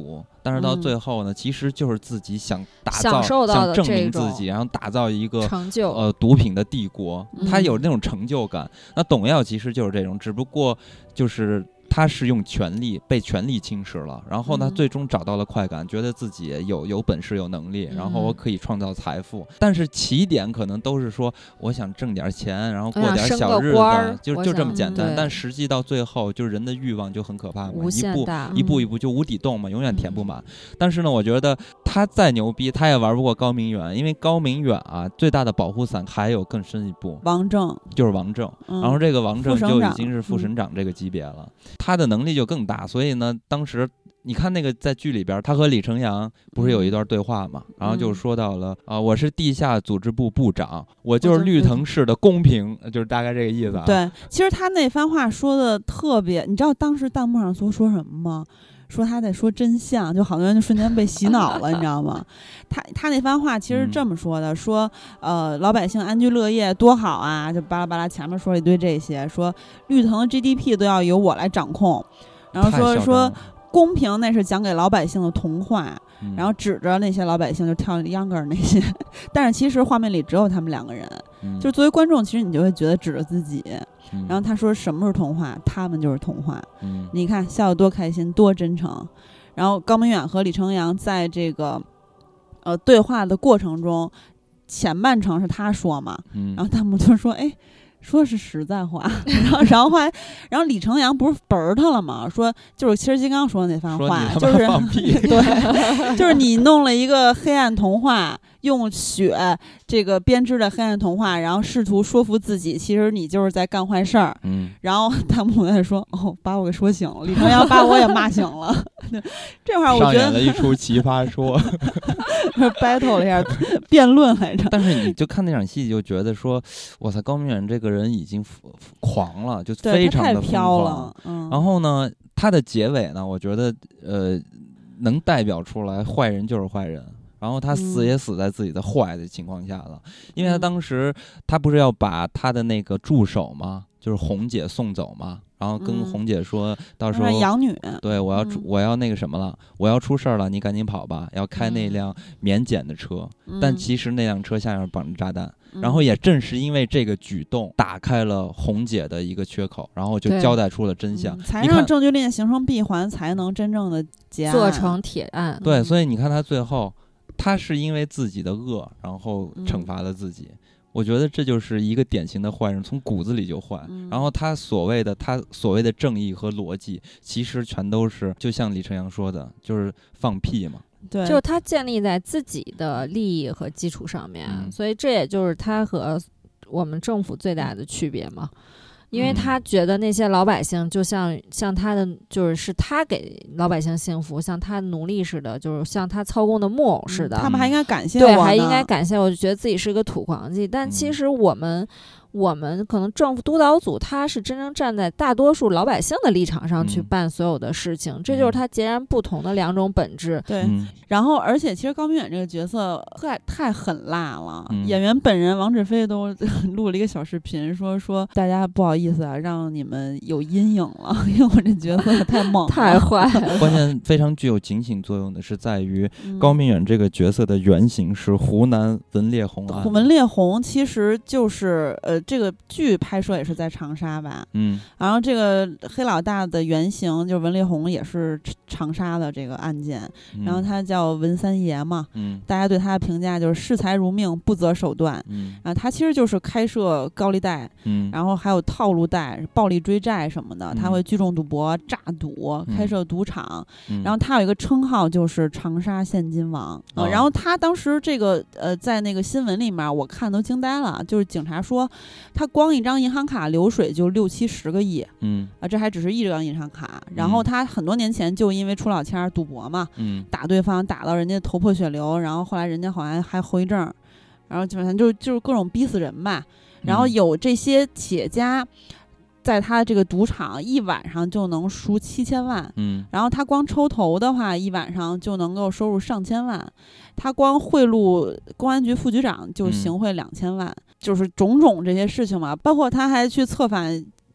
但是到最后呢，其实就是自己想打造、想证明自己，然后打造一个成就毒品的帝国，他有那种成就感。那董耀其实就是这种，只不过就是他是用权力被权力侵蚀了，然后呢，最终找到了快感，觉得自己有本事有能力，然后我可以创造财富，但是起点可能都是说我想挣点钱，然后过点小日子，就这么简单。但实际到最后，就是人的欲望就很可怕嘛，一步一步就无底洞嘛，永远填不满。但是呢，我觉得他再牛逼，他也玩不过高明远，因为高明远啊，最大的保护伞还有更深一步， 王正， 就是王正，然后这个王正就已经是副省长这个级别了。他的能力就更大，所以呢，当时你看那个在剧里边，他和李成阳不是有一段对话嘛，然后就说到了我是地下组织部部长，我就是绿藤市的公平，就是大概这个意思啊。 对，其实他那番话说的特别，你知道当时弹幕上说什么吗？说他在说真相，就好多人就瞬间被洗脑了，你知道吗？他那番话其实这么说的，说老百姓安居乐业多好啊，就巴拉巴拉前面说了一堆这些，说绿藤的 GDP 都要由我来掌控，然后说公平那是讲给老百姓的童话，然后指着那些老百姓就跳秧歌那些，但是其实画面里只有他们两个人，就作为观众，其实你就会觉得指着自己。然后他说什么是童话，他们就是童话。你看笑得多开心，多真诚。然后高明远和李成阳在这个对话的过程中，前半程是他说嘛，然后弹幕就说说是实在话，然后李成阳不是本儿他了吗？说就是其实金刚说的那番话，就是放屁， 对，就是你弄了一个黑暗童话，用血这个编织的黑暗童话，然后试图说服自己，其实你就是在干坏事儿。然后弹幕在说把我给说醒了，李成阳把我也骂醒了。这会儿我觉得上演了一出奇葩说 battle 了一下，辩论来着。 但是你就看那场戏，就觉得说，哇塞，高明远这个人已经狂了，就非常的飘了。 然后呢，他的结尾呢，我觉得能代表出来，坏人就是坏人。然后他死也死在自己的坏的情况下了，因为他当时他不是要把他的那个助手嘛，就是红姐送走嘛，然后跟红姐说，到时候养女， 对，我要那个什么了，我要出事了，你赶紧跑吧，要开那辆免检的车，但其实那辆车下面绑着炸弹。然后也正是因为这个举动打开了红姐的一个缺口，然后就交代出了真相， 才让证据链形成闭环，才能真正的结案做成铁案。 对，所以你看他最后他是因为自己的恶然后惩罚了自己，我觉得这就是一个典型的坏人，从骨子里就坏。然后他所谓的正义和逻辑其实全都是就像李成阳说的，就是放屁嘛。 对， 就是他建立在自己的利益和基础上面，所以这也就是他和我们政府最大的区别嘛。因为他觉得那些老百姓就像他的，就是他给老百姓幸福，像他奴隶似的，就是像他操控的木偶似的。 他们还应该感谢我， 对，还应该感谢我，就觉得自己是个土皇帝。但其实我们可能政府督导组他是真正站在大多数老百姓的立场上去办所有的事情，这就是他截然不同的两种本质。 对，然后而且其实高明远这个角色太狠辣了，演员本人王志飞都录了一个小视频，说大家不好意思啊，让你们有阴影了，因为我这角色太猛了太坏了。 关键非常具有警醒作用的是在于高明远这个角色的原型是湖南文烈红案。 文烈红其实就是这个剧拍摄也是在长沙吧，然后这个黑老大的原型就是文烈红，也是长沙的这个案件，然后他叫文三爷嘛，大家对他的评价就是视财如命，不择手段，然后他其实就是开设高利贷，然后还有套路贷、暴力追债什么的，他会聚众赌博、诈赌、开设赌场，然后他有一个称号就是长沙现金王，然后他当时这个在那个新闻里面我看都惊呆了，就是警察说他光一张银行卡流水就60-70个亿，这还只是一张银行卡，然后他很多年前就因为出老千赌博嘛，打对方打到人家头破血流，然后后来人家好像还后遗症，然后基本上就是各种逼死人吧，然后有这些企业家在他这个赌场一晚上就能输7000万，然后他光抽头的话一晚上就能够收入上千万，他光贿赂公安局副局长就行贿2000万，就是种种这些事情嘛，包括他还去策反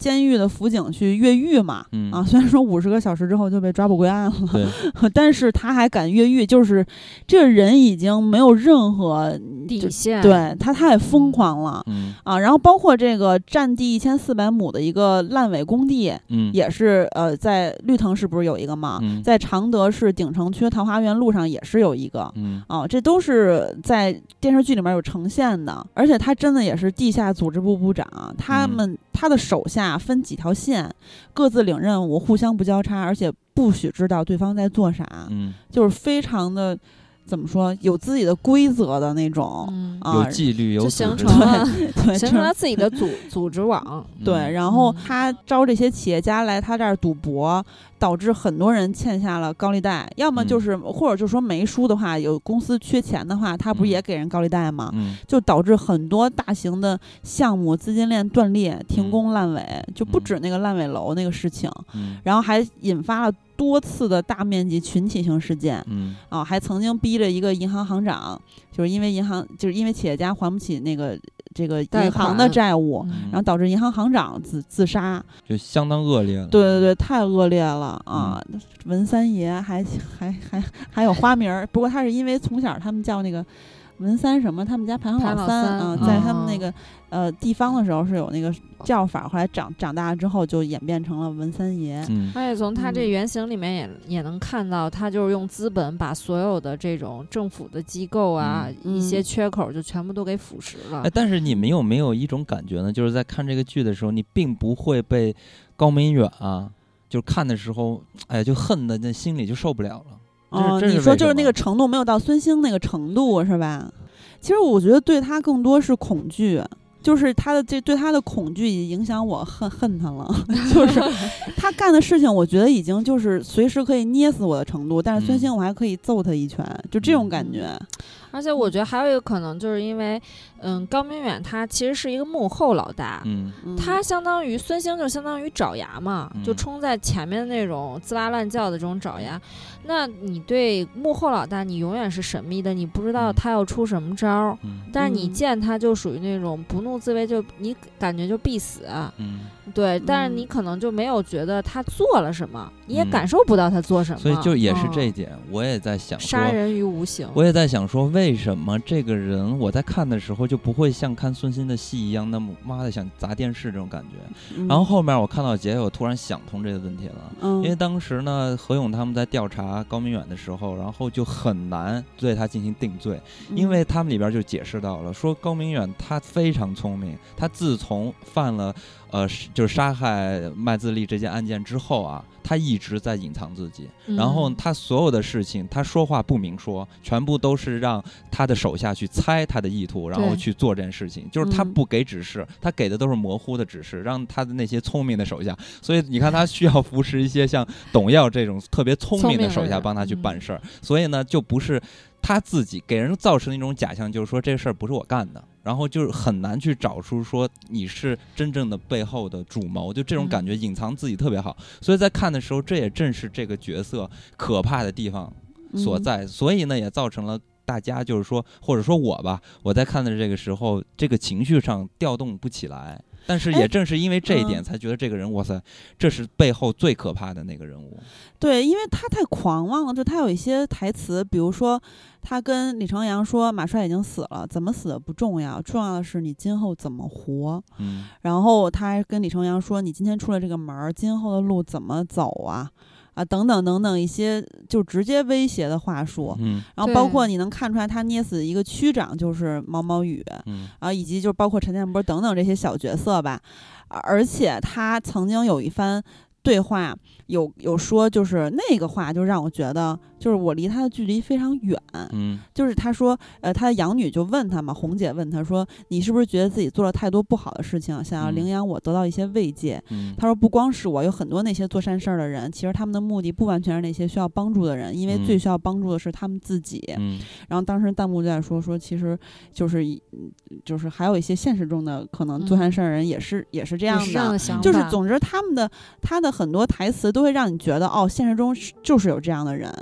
监狱的辅警去越狱嘛，虽然说50个小时之后就被抓捕归案了，但是他还敢越狱，就是这个人已经没有任何底线， 对他太疯狂了，然后包括这个占地1400亩的一个烂尾工地，也是在绿藤市不是有一个吗？在常德市鼎城区桃花源路上也是有一个，这都是在电视剧里面有呈现的，而且他真的也是地下组织部部长，他的手下分几条线，各自领任务，互相不交叉，而且不许知道对方在做啥，就是非常的怎么说，有自己的规则的那种， 有纪律，有就形成了自己的组织网。 对，然后他招这些企业家来他这儿赌博，导致很多人欠下了高利贷，要么就是，或者就是说没输的话，有公司缺钱的话，他不是也给人高利贷吗？就导致很多大型的项目资金链断裂、停工烂尾，就不止那个烂尾楼那个事情，然后还引发了多次的大面积群体性事件，还曾经逼着一个银行行长，就是因为企业家还不起这个银行的债务，然后导致银行行长自杀， 就相当恶劣了。 对，太恶劣了啊！文三爷还有花名，不过他是因为从小他们叫那个文三什么，他们家排行老三啊，在他们那个地方的时候是有那个叫法，后来长大之后就演变成了文三爷。 而且从他这原型里面也能看到，他就是用资本把所有的这种政府的机构啊，一些缺口就全部都给腐蚀了。 但是你们有没有一种感觉呢？就是在看这个剧的时候，你并不会被高明远啊，就是看的时候，就恨的那心里就受不了了。 你说就是那个程度没有到孙兴那个程度是吧？其实我觉得对他更多是恐惧，就是对他的恐惧影响我恨他了，就是他干的事情，我觉得已经就是随时可以捏死我的程度，但是孙兴我还可以揍他一拳，就这种感觉。 而且我觉得还有一个可能，就是因为，高明远他其实是一个幕后老大，他相当于孙兴就相当于爪牙嘛，就冲在前面那种滋哇乱叫的这种爪牙。那你对幕后老大，你永远是神秘的，你不知道他要出什么招，但是你见他就属于那种不怒自威，就你感觉就必死，对，但是你可能就没有觉得他做了什么，你也感受不到他做什么， 所以就也是这一点，我也在想说， 杀人于无形。 我也在想说，为什么这个人我在看的时候就不会像看孙兴的戏一样，那么妈的想砸电视这种感觉。然后后面我看到结尾，我突然想通这个问题了，因为当时呢，何勇他们在调查高明远的时候，然后就很难对他进行定罪，因为他们里边就解释到了，说高明远他非常聪明，他自从犯了就是杀害麦自立这件案件之后啊，他一直在隐藏自己，然后他所有的事情他说话不明说，全部都是让他的手下去猜他的意图，然后去做这件事情，就是他不给指示，他给的都是模糊的指示，让他的那些聪明的手下，所以你看他需要扶持一些像董耀这种特别聪明的手下帮他去办事儿，所以呢就不是他自己给人造成一种假象，就是说这事儿不是我干的，然后就是很难去找出说你是真正的背后的主谋，就这种感觉隐藏自己特别好，所以在看的时候，这也正是这个角色可怕的地方所在，所以呢也造成了大家就是说，或者说我吧，我在看的这个时候，这个情绪上调动不起来。但是也正是因为这一点，才觉得这个人，哇塞，这是背后最可怕的那个人物。 对，因为他太狂妄了，就他有一些台词，比如说他跟李成阳说马帅已经死了，怎么死的不重要，重要的是你今后怎么活。然后他还跟李成阳说，你今天出了这个门，今后的路怎么走啊？等等等等一些就直接威胁的话术，然后包括你能看出来他捏死一个区长就是毛毛雨，以及就包括陈建波等等这些小角色吧，而且他曾经有一番对话有说，就是那个话就让我觉得，就是我离他的距离非常远。就是他说，他的养女就问他嘛，红姐问他说，你是不是觉得自己做了太多不好的事情，想要领养我得到一些慰藉？他说不光是我，有很多那些做善事儿的人，其实他们的目的不完全是那些需要帮助的人，因为最需要帮助的是他们自己。然后当时弹幕就在说，其实就是还有一些现实中的可能做善事儿的人也是这样的，就是总之他的很多台词都会让你觉得，哦，现实中就是有这样的人。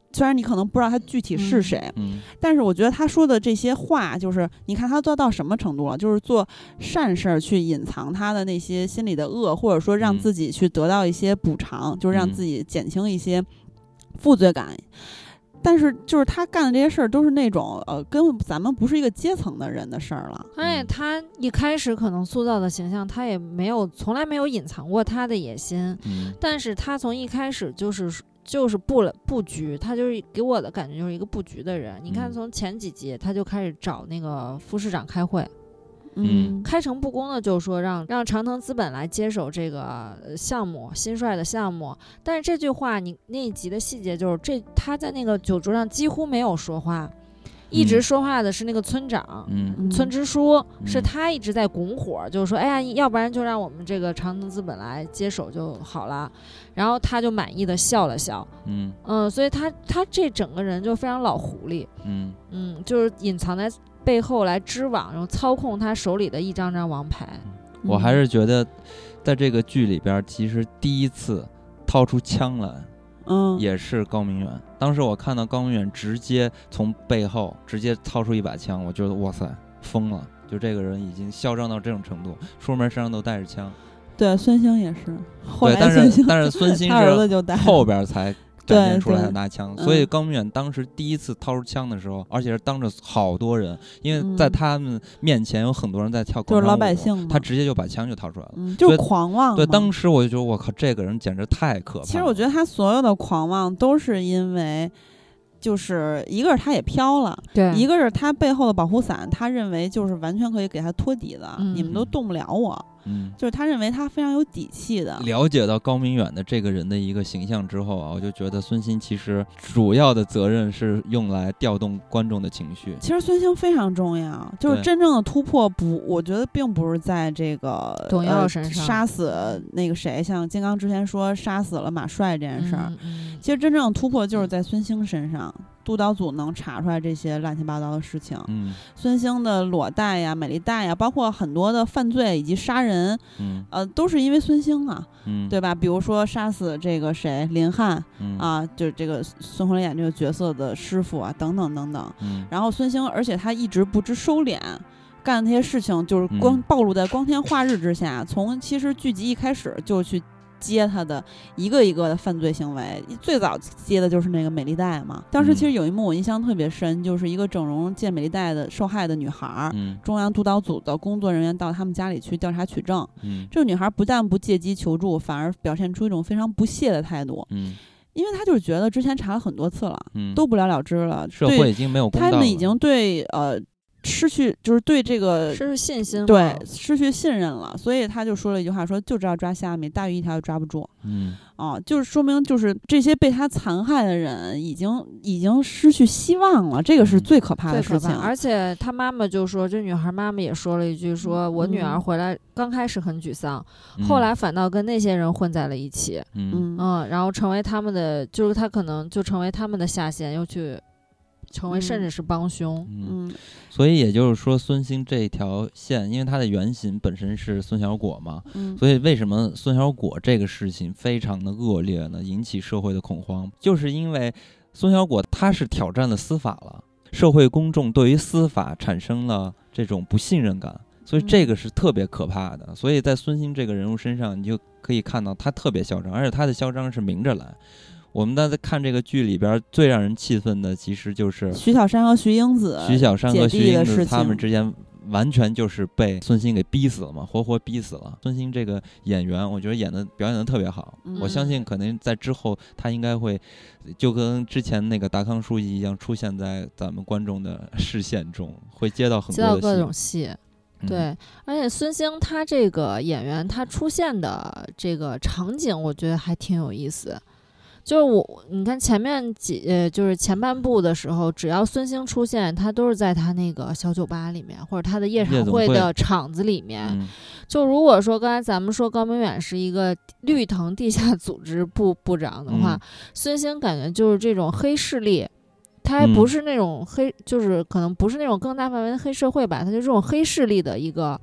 虽然你可能不知道他具体是谁，但是我觉得他说的这些话，就是你看他做到什么程度了，就是做善事儿去隐藏他的那些心里的恶，或者说让自己去得到一些补偿，就是让自己减轻一些负罪感。但是就是他干的这些事儿都是那种跟咱们不是一个阶层的人的事儿了。 而且他一开始可能塑造的形象，他也从来没有隐藏过他的野心，但是他从一开始就是布局，他就是给我的感觉就是一个布局的人。你看从前几集他就开始找那个副市长开会，开诚布公的就说让长腾资本来接手这个项目，新帅的项目。但是这句话你那一集的细节就是他在那个酒桌上几乎没有说话，一直说话的是那个村长，村支书，是他一直在拱火，就是说，哎呀，要不然就让我们这个长腾资本来接手就好了。然后他就满意的笑了笑，所以他这整个人就非常老狐狸，就是隐藏在背后来织网，然后操控他手里的一张张王牌。 我还是觉得，在这个剧里边，其实第一次掏出枪来。也是高明远。当时我看到高明远直接从背后直接掏出一把枪，我觉得哇塞，疯了！就这个人已经嚣张到这种程度，出门身上都带着枪。 对，孙兴也是。后来但是孙兴是后边才展现出来他拿枪，所以高明远当时第一次掏出枪的时候，而且是当着好多人，因为在他们面前有很多人在跳广场舞， 就是老百姓， 他直接就把枪就掏出来了， 就是狂妄。 对，当时我就觉得我靠，这个人简直太可怕了。 其实我觉得他所有的狂妄都是因为。就是一个是他也飘了， 对， 一个是他背后的保护伞，他认为就是完全可以给他托底的，你们都动不了我。就是他认为他非常有底气的。 了解到高明远的这个人的一个形象之后啊，我就觉得孙兴其实主要的责任是用来调动观众的情绪。 其实孙兴非常重要，就是真正的突破我觉得并不是在这个董耀身上杀死那个谁，像金刚之前说杀死了马帅这件事儿，其实真正的突破就是在孙兴身上。督导组能查出来这些乱七八糟的事情，孙兴的裸贷呀、美丽贷呀，包括很多的犯罪以及杀人，都是因为孙兴啊，对吧？比如说杀死这个谁林汉，啊，就是这个孙红雷演这个角色的师傅啊，等等等等。然后孙兴，而且他一直不知收敛。干那些事情就是暴露在光天化日之下，从其实剧集一开始就去接他的一个一个的犯罪行为，最早接的就是那个美丽贷嘛。当时其实有一幕我印象特别深，就是一个整容借美丽贷的受害的女孩，中央督导组的工作人员到他们家里去调查取证，这个女孩不但不借机求助，反而表现出一种非常不屑的态度，因为她就是觉得之前查了很多次了，都不了了之了， 社会已经没有公道了， 他们已经对失去就是对这个失去信心了， 对，失去信任了，所以他就说了一句话，说就知道抓虾米，大鱼一条也抓不住。就是说明就是这些被他残害的人已经失去希望了，这个是最可怕的事情。 而且他妈妈就说，这女孩妈妈也说了一句，说我女儿回来刚开始很沮丧，后来反倒跟那些人混在了一起，然后成为他们的，就是他可能就成为他们的下线，又去成为甚至是帮凶。 所以也就是说孙兴这条线，因为他的原型本身是孙小果嘛，所以为什么孙小果这个事情非常的恶劣呢，引起社会的恐慌，就是因为孙小果他是挑战了司法了，社会公众对于司法产生了这种不信任感，所以这个是特别可怕的。所以在孙兴这个人物身上，你就可以看到他特别嚣张，而且他的嚣张是明着来。我们在看这个剧里边最让人气愤的其实就是徐小山和徐英子他们之间完全就是被孙兴给逼死了嘛，活活逼死了。孙兴这个演员我觉得表演的特别好，我相信可能在之后他应该会就跟之前那个达康书记一样，出现在咱们观众的视线中，会接到很多的各种戏。对，而且孙兴他这个演员他出现的这个场景我觉得还挺有意思。就是你看前面就是前半部的时候，只要孙兴出现，他都是在他那个小酒吧里面，或者他的夜场会的场子里面。就如果说刚才咱们说高明远是一个绿藤地下组织部长的话，孙兴感觉就是这种黑势力，他还不是那种就是可能不是那种更大范围的黑社会吧，他就这种黑势力的一个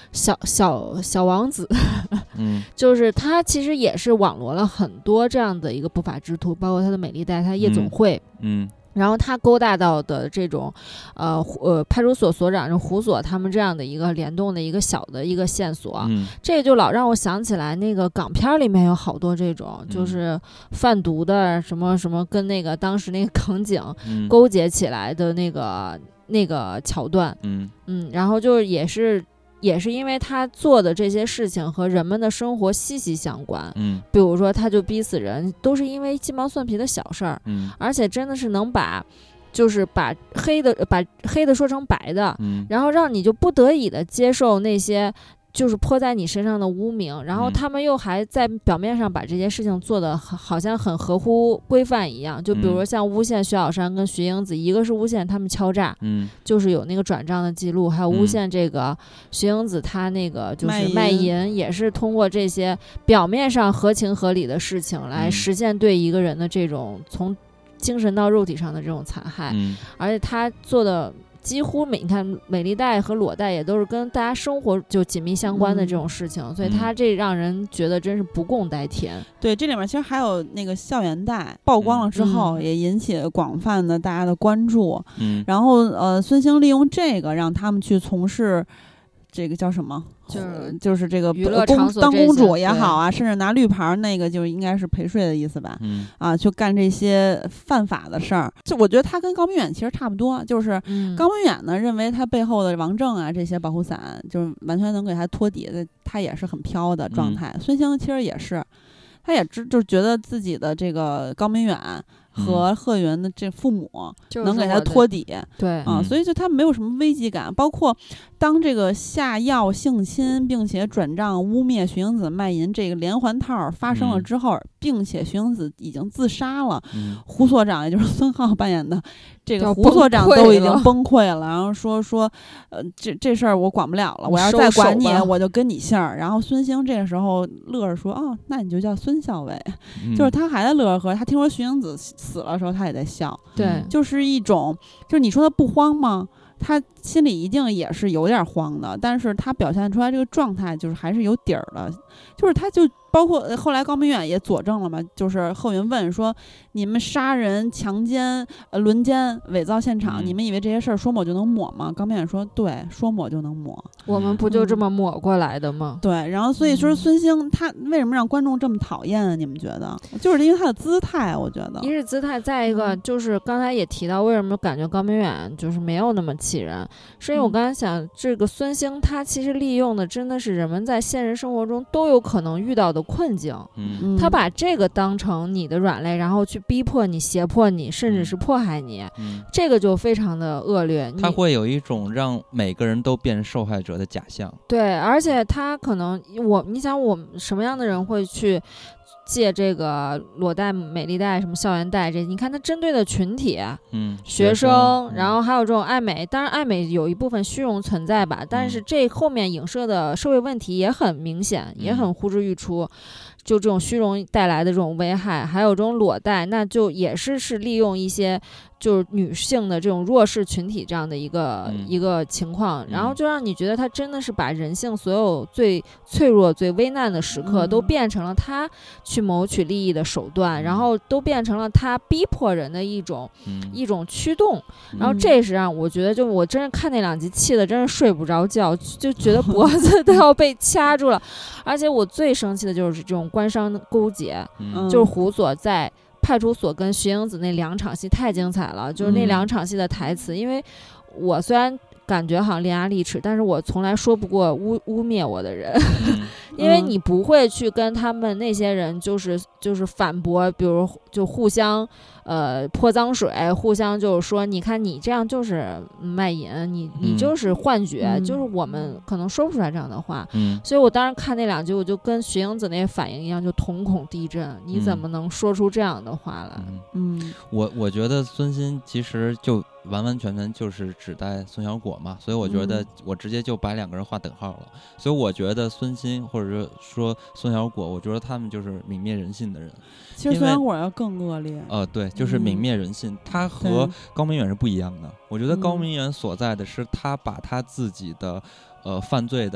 小王子就是他其实也是网罗了很多这样的一个不法之徒，包括他的美丽贷，他夜总会，然后他勾搭到的这种派出所所长胡所他们这样的一个联动的一个小的一个线索，这个就老让我想起来那个港片里面有好多这种就是贩毒的什么什么跟那个当时那个港警勾结起来的那个桥段，然后就是也是因为他做的这些事情和人们的生活息息相关，比如说他就逼死人，都是因为鸡毛蒜皮的小事儿，而且真的是能把黑的说成白的，然后让你就不得已的接受那些就是泼在你身上的污名，然后他们又还在表面上把这些事情做得好像很合乎规范一样，就比如说像诬陷徐小山跟徐英子，一个是诬陷他们敲诈，就是有那个转账的记录，还有诬陷这个徐英子他那个就是卖淫，也是通过这些表面上合情合理的事情来实现对一个人的这种从精神到肉体上的这种残害，而且他做的几乎你看美丽贷和裸贷也都是跟大家生活就紧密相关的这种事情，所以他这让人觉得真是不共戴天。 对，这里面其实还有那个校园贷曝光了之后，也引起广泛的大家的关注。然后孙兴利用这个让他们去从事这个叫什么？就是这个娱乐场所当公主也好啊，甚至拿绿牌那个就应该是陪睡的意思吧？去干这些犯法的事儿。就我觉得他跟高明远其实差不多，就是高明远呢认为他背后的王正啊这些保护伞就是完全能给他托底的，他也是很飘的状态。孙兴其实也是，他也就觉得自己的这个高明远和贺云的这父母能给他托底， 对所以就他没有什么危机感。包括当这个下药性侵并且转账污蔑徐英子卖淫这个连环套发生了之后，并且徐英子已经自杀了，胡所长也就是孙浩扮演的这个胡所长都已经崩溃了，然后说这事儿我管不了了，我要是再管你我就跟你姓儿。然后孙兴这个时候乐着说那你就叫孙校尉，就是他还在乐呵。他听说徐英子死了的时候他也在笑， 对， 就是一种就是你说他不慌吗？他心里一定也是有点慌的，但是他表现出来这个状态就是还是有底儿的，就是他就包括后来高明远也佐证了嘛，就是贺云问说你们杀人强奸轮奸伪造现场，你们以为这些事儿说抹就能抹吗？高明远说对，说抹就能抹， 我们不就这么抹过来的吗？ 对，然后所以说孙兴他为什么让观众这么讨厌啊？你们觉得就是因为他的姿态，我觉得一是姿态，再一个就是刚才也提到为什么感觉高明远就是没有那么气人，是因为我刚才想这个孙兴他其实利用的真的是人们在现实生活中都有可能遇到的困境，他把这个当成你的软肋，然后去逼迫你、胁迫你，甚至是迫害你，这个就非常的恶劣。 他会有一种让每个人都变受害者的假象。 对，而且他可能你想我什么样的人会去借这个裸贷、美丽贷、什么校园贷这，你看他针对的群体，学生，然后还有这种爱美，当然爱美有一部分虚荣存在吧，但是这后面影射的社会问题也很明显，也很呼之欲出。就这种虚荣带来的这种危害，还有这种裸贷，那就也是利用一些就是女性的这种弱势群体这样的一个情况，然后就让你觉得他真的是把人性所有最脆弱、最危难的时刻都变成了他去谋取利益的手段，然后都变成了他逼迫人的一种驱动。然后这是让我觉得，就我真是看那2集气的，真是睡不着觉，就觉得脖子都要被掐住了。而且我最生气的就是这种官商勾结，就是胡所在派出所跟徐英子那2场戏太精彩了，就是那2场戏的台词，因为我虽然感觉好像伶牙俐齿，但是我从来说不过污蔑我的人，因为你不会去跟他们那些人就是反驳，比如就互相泼脏水，互相就是说你看你这样就是卖淫，你就是幻觉，就是我们可能说不出来这样的话，所以我当时看那2集我就跟徐英子那反应一样，就瞳孔地震，你怎么能说出这样的话来？ 我觉得孙兴其实就完完全全就是指代宋小果嘛，所以我觉得我直接就把2个人划等号了。所以我觉得孙兴或者说宋小果，我觉得他们就是泯灭人性的人。 其实宋小果要更恶劣。 对，就是泯灭人性。他和高明远是不一样的。我觉得高明远所在的是他把他自己的犯罪的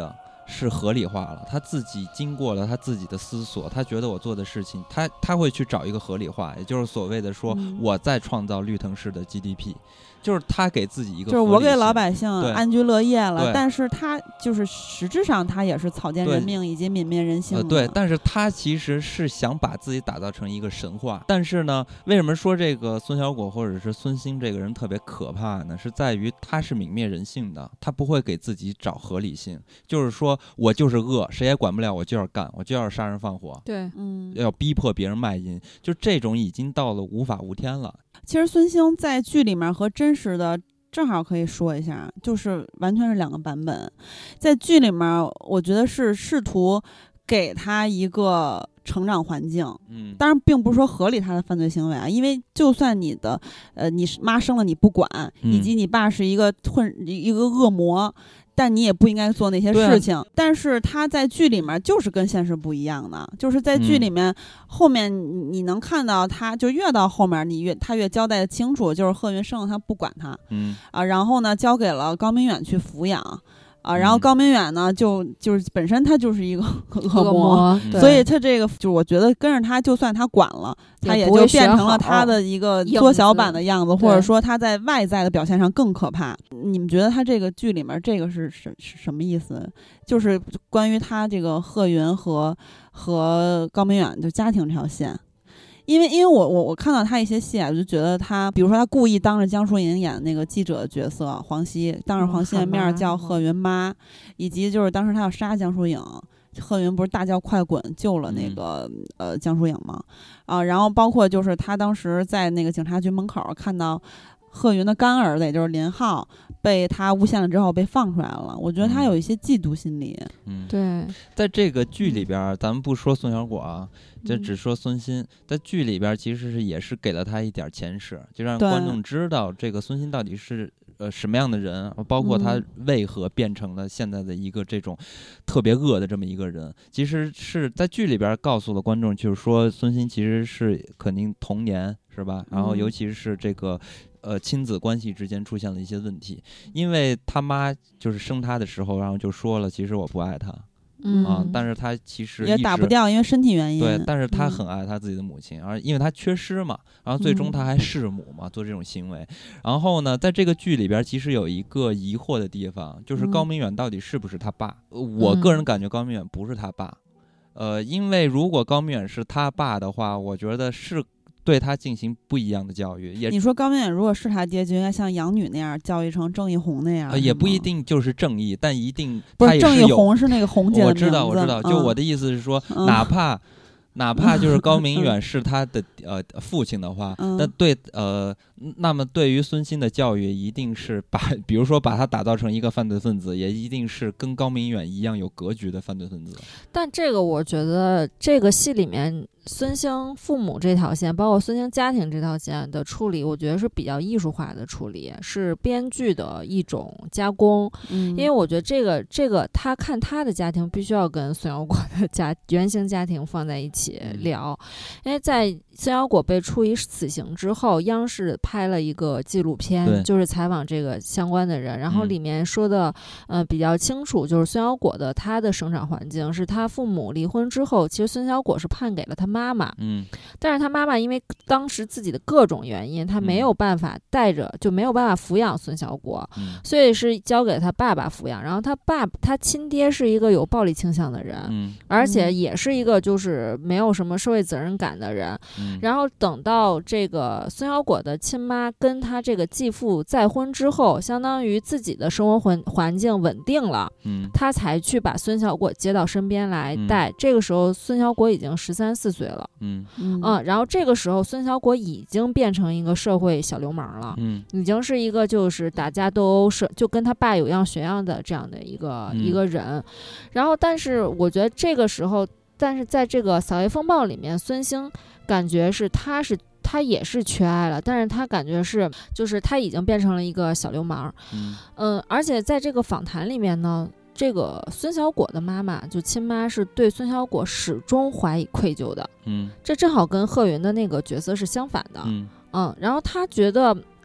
是合理化了，他自己经过了他自己的思索，他觉得我做的事情，他会去找一个合理化，也就是所谓的说我在创造绿藤市的 GDP。就是他给自己一个， 就是我给老百姓安居乐业了，但是他就是实质上他也是草菅人命以及泯灭人性对，但是他其实是想把自己打造成一个神话。但是呢，为什么说这个孙小果或者是孙兴这个人特别可怕呢？是在于他是泯灭人性的，他不会给自己找合理性，就是说我就是恶，谁也管不了，我就要干，我就要杀人放火， 对， 要逼迫别人卖淫，就这种已经到了无法无天了。 其实孙兴在剧里面和真实的正好可以说一下，就是完全是两个版本。在剧里面我觉得是试图给他一个成长环境，当然并不是说合理他的犯罪行为啊，因为就算你的你妈生了你不管，以及你爸是一个恶魔，但你也不应该做那些事情。但是他在剧里面就是跟现实不一样的，就是在剧里面后面你能看到他就越到后面他越交代的清楚，就是贺云生了他不管他，然后呢交给了高明远去抚养。然后高明远呢，就是本身他就是一个恶魔，所以他这个就是我觉得跟着他，就算他管了，他也就变成了他的一个缩小版的样子，或者说他在外在的表现上更可怕。你们觉得他这个剧里面这个是什么意思？就是关于他这个贺云和高明远就家庭这条线。因为我看到他一些戏啊，我就觉得他，比如说他故意当着江疏影演那个记者的角色黄熙，当着黄熙的面叫贺云妈，以及就是当时他要杀江疏影，贺云不是大叫快滚救了那个江疏影吗？然后包括就是他当时在那个警察局门口看到贺云的干儿子，也就是林浩，被他诬陷了之后被放出来了，我觉得他有一些嫉妒心理。 对， 在这个剧里边，咱们不说孙小果啊，就只说孙兴，在剧里边其实也是给了他一点前世，就让观众知道这个孙兴到底是什么样的人，包括他为何变成了现在的一个这种特别恶的这么一个人。其实是在剧里边告诉了观众，就是说孙兴其实是肯定童年是吧，然后尤其是这个亲子关系之间出现了一些问题，因为他妈就是生他的时候，然后就说了，其实我不爱他。但是他其实也打不掉，因为身体原因。 对，但是他很爱他自己的母亲，而因为他缺失嘛，然后最终他还弑母嘛，做这种行为。然后呢，在这个剧里边，其实有一个疑惑的地方，就是高明远到底是不是他爸？我个人感觉高明远不是他爸，因为如果高明远是他爸的话，我觉得是对他进行不一样的教育。 你说高明远如果是他爹，就应该像养女那样教育成郑义红那样， 也不一定就是正义，但一定不是郑义红是那个红姐的名字。 我知道，就我的意思是说，哪怕就是高明远是他的父亲的话，那么对于孙兴的教育一定是比如说把他打造成一个犯罪分子，也一定是跟高明远一样有格局的犯罪分子。 但这个我觉得这个戏里面孙兴父母这条线，包括孙兴家庭这条线的处理，我觉得是比较艺术化的处理，是编剧的一种加工。因为我觉得这个他看他的家庭必须要跟孙小果的原型家庭放在一起聊，因为在孙小果被处以死刑之后，央视拍了一个纪录片，就是采访这个相关的人，然后里面说的比较清楚，就是孙小果的他的生长环境是他父母离婚之后，其实孙小果是判给了他妈妈，但是他妈妈因为当时自己的各种原因，他没有办法就没有办法抚养孙小果，所以是交给他爸爸抚养。然后他亲爹是一个有暴力倾向的人，而且也是一个就是没有什么社会责任感的人。然后等到这个孙小果的亲妈跟他这个继父再婚之后，相当于自己的生活环境稳定了，他才去把孙小果接到身边来带。这个时候孙小果已经13、14岁了，然后这个时候孙小果已经变成一个社会小流氓了，已经是一个就是打架斗殴就跟他爸有样学样的这样的一个人。然后但是我觉得这个时候，但是在这个扫黑风暴里面，孙兴感觉是他也是缺爱了，但是他感觉就是他已经变成了一个小流氓。而且在这个访谈里面呢，这个孙小果的妈妈就亲妈是对孙小果始终怀以愧疚的，这正好跟贺云的那个角色是相反的。然后他觉得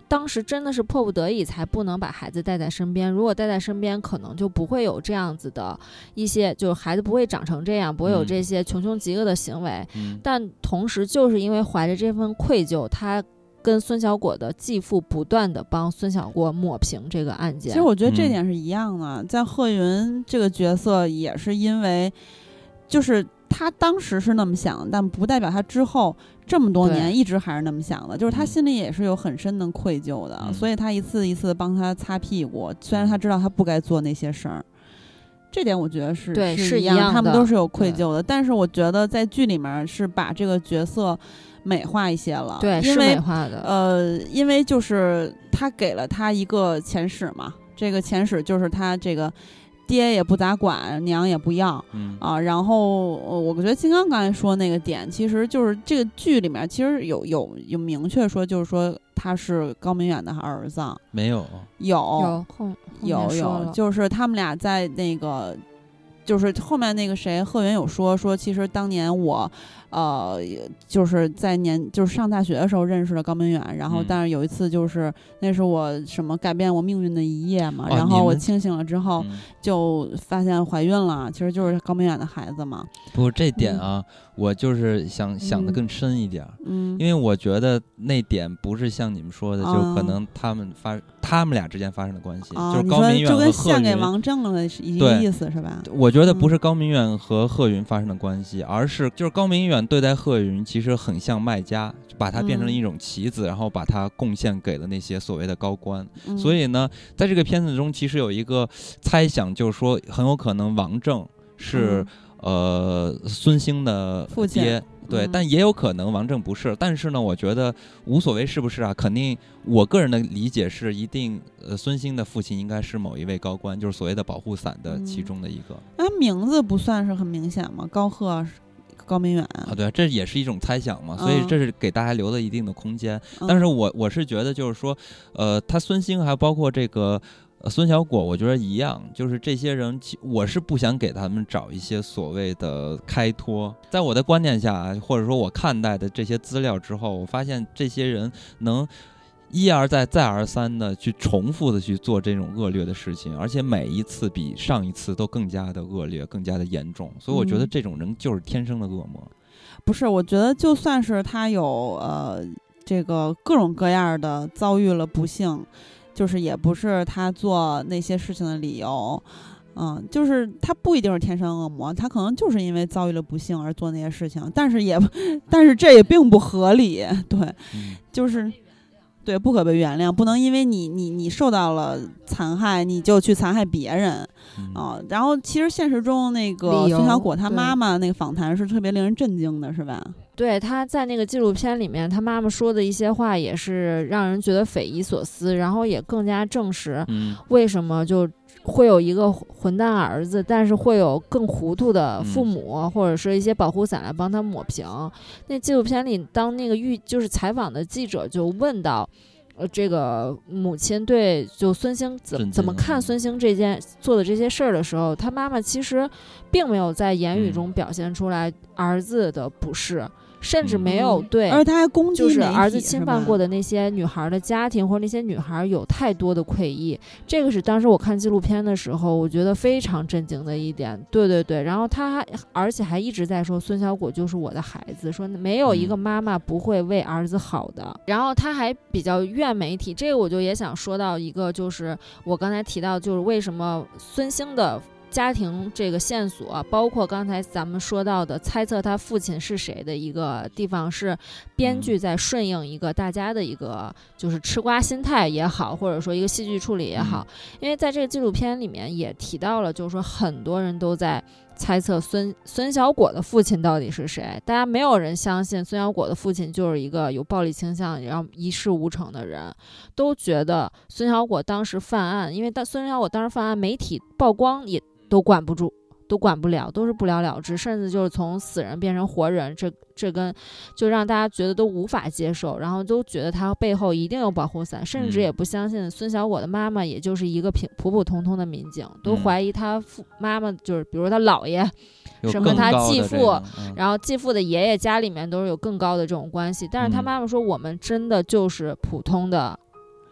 当时真的是迫不得已才不能把孩子带在身边，如果带在身边可能就不会有这样子的一些，就是孩子不会长成这样，不会有这些穷凶极恶的行为。但同时就是因为怀着这份愧疚，他跟孙小果的继父不断的帮孙小果抹平这个案件。 其实我觉得这点是一样的，在贺云这个角色也是因为就是他当时是那么想，但不代表他之后这么多年一直还是那么想的，就是他心里也是有很深的愧疚的，所以他一次一次帮他擦屁股，虽然他知道他不该做那些事儿。这点我觉得是一样，他们都是有愧疚的。但是我觉得在剧里面是把这个角色美化一些了， 对， 因为是美化的。 因为就是他给了他一个前史嘛，这个前史就是他这个爹也不咋管，娘也不要，然后我觉得金刚刚才说那个点，其实就是这个剧里面其实有明确说，就是说他是高明远的儿子， 没有， 有， 有， 就是他们俩在那个，就是后面那个谁贺云有说，其实当年我。就是在就是上大学的时候认识了高明远，然后但是有一次就是那是我什么改变我命运的一夜嘛，然后我清醒了之后就发现怀孕了，其实就是高明远的孩子嘛。 不，这点啊，我就是想得更深一点，因为我觉得那点不是像你们说的，就可能他们俩之间发生的关系，就是高明远和贺云，就跟献给王正了的一个意思是吧？ 我觉得不是高明远和贺云发生的关系，而是就是高明远对待贺云其实很像卖家，把它变成了一种棋子，然后把它贡献给了那些所谓的高官。所以呢，在这个片子中，其实有一个猜想，就是说很有可能王正是孙兴的父亲。 对，但也有可能王正不是。但是呢，我觉得无所谓是不是啊，肯定我个人的理解是，一定孙兴的父亲应该是某一位高官，就是所谓的保护伞的其中的一个。 那名字不算是很明显吗？高贺。高明远啊，对，这也是一种猜想嘛，所以这是给大家留了一定的空间。但是我是觉得，就是说，他孙兴还包括这个孙小果，我觉得一样，就是这些人，我是不想给他们找一些所谓的开脱。在我的观念下，或者说我看待的这些资料之后，我发现这些人能一而再再而三的去重复的去做这种恶劣的事情，而且每一次比上一次都更加的恶劣，更加的严重，所以我觉得这种人就是天生的恶魔。 不是，我觉得就算是他有这个各种各样的遭遇了不幸，就是也不是他做那些事情的理由。就是他不一定是天生恶魔，他可能就是因为遭遇了不幸而做那些事情，但是这也并不合理，对，就是。对，不可被原谅，不能因为你受到了残害，你就去残害别人，然后其实现实中那个孙小果他妈妈那个访谈是特别令人震惊的，是吧？ 对，他在那个纪录片里面，他妈妈说的一些话也是让人觉得匪夷所思，然后也更加证实为什么就会有一个混蛋儿子，但是会有更糊涂的父母，或者是一些保护伞来帮他抹平。那纪录片里，当那个就是采访的记者就问到，这个母亲对就孙兴怎么看孙兴做的这些事儿的时候，他妈妈其实并没有在言语中表现出来儿子的不是。甚至没有对， 而他还攻击就是儿子侵犯过的那些女孩的家庭或者那些女孩有太多的愧意，这个是当时我看纪录片的时候我觉得非常震惊的一点。对，然后而且还一直在说孙小果就是我的孩子，说没有一个妈妈不会为儿子好的。然后他还比较怨媒体，这个我就也想说到一个，就是我刚才提到，就是为什么孙兴的家庭这个线索，包括刚才咱们说到的猜测他父亲是谁的一个地方，是编剧在顺应一个大家的一个就是吃瓜心态也好，或者说一个戏剧处理也好。因为在这个纪录片里面也提到了，就是说很多人都在猜测孙小果的父亲到底是谁，大家没有人相信孙小果的父亲就是一个有暴力倾向然后一事无成的人，都觉得孙小果当时犯案，因为孙小果当时犯案媒体曝光也都管不住，都管不了，都是不了了之，甚至就是从死人变成活人，这跟就让大家觉得都无法接受，然后都觉得他背后一定有保护伞，甚至也不相信孙小果的妈妈也就是一个普普通通的民警，都怀疑他妈妈就是比如他姥爷什么他继父，然后继父的爷爷家里面都是有更高的这种关系，但是他妈妈说我们真的就是普通的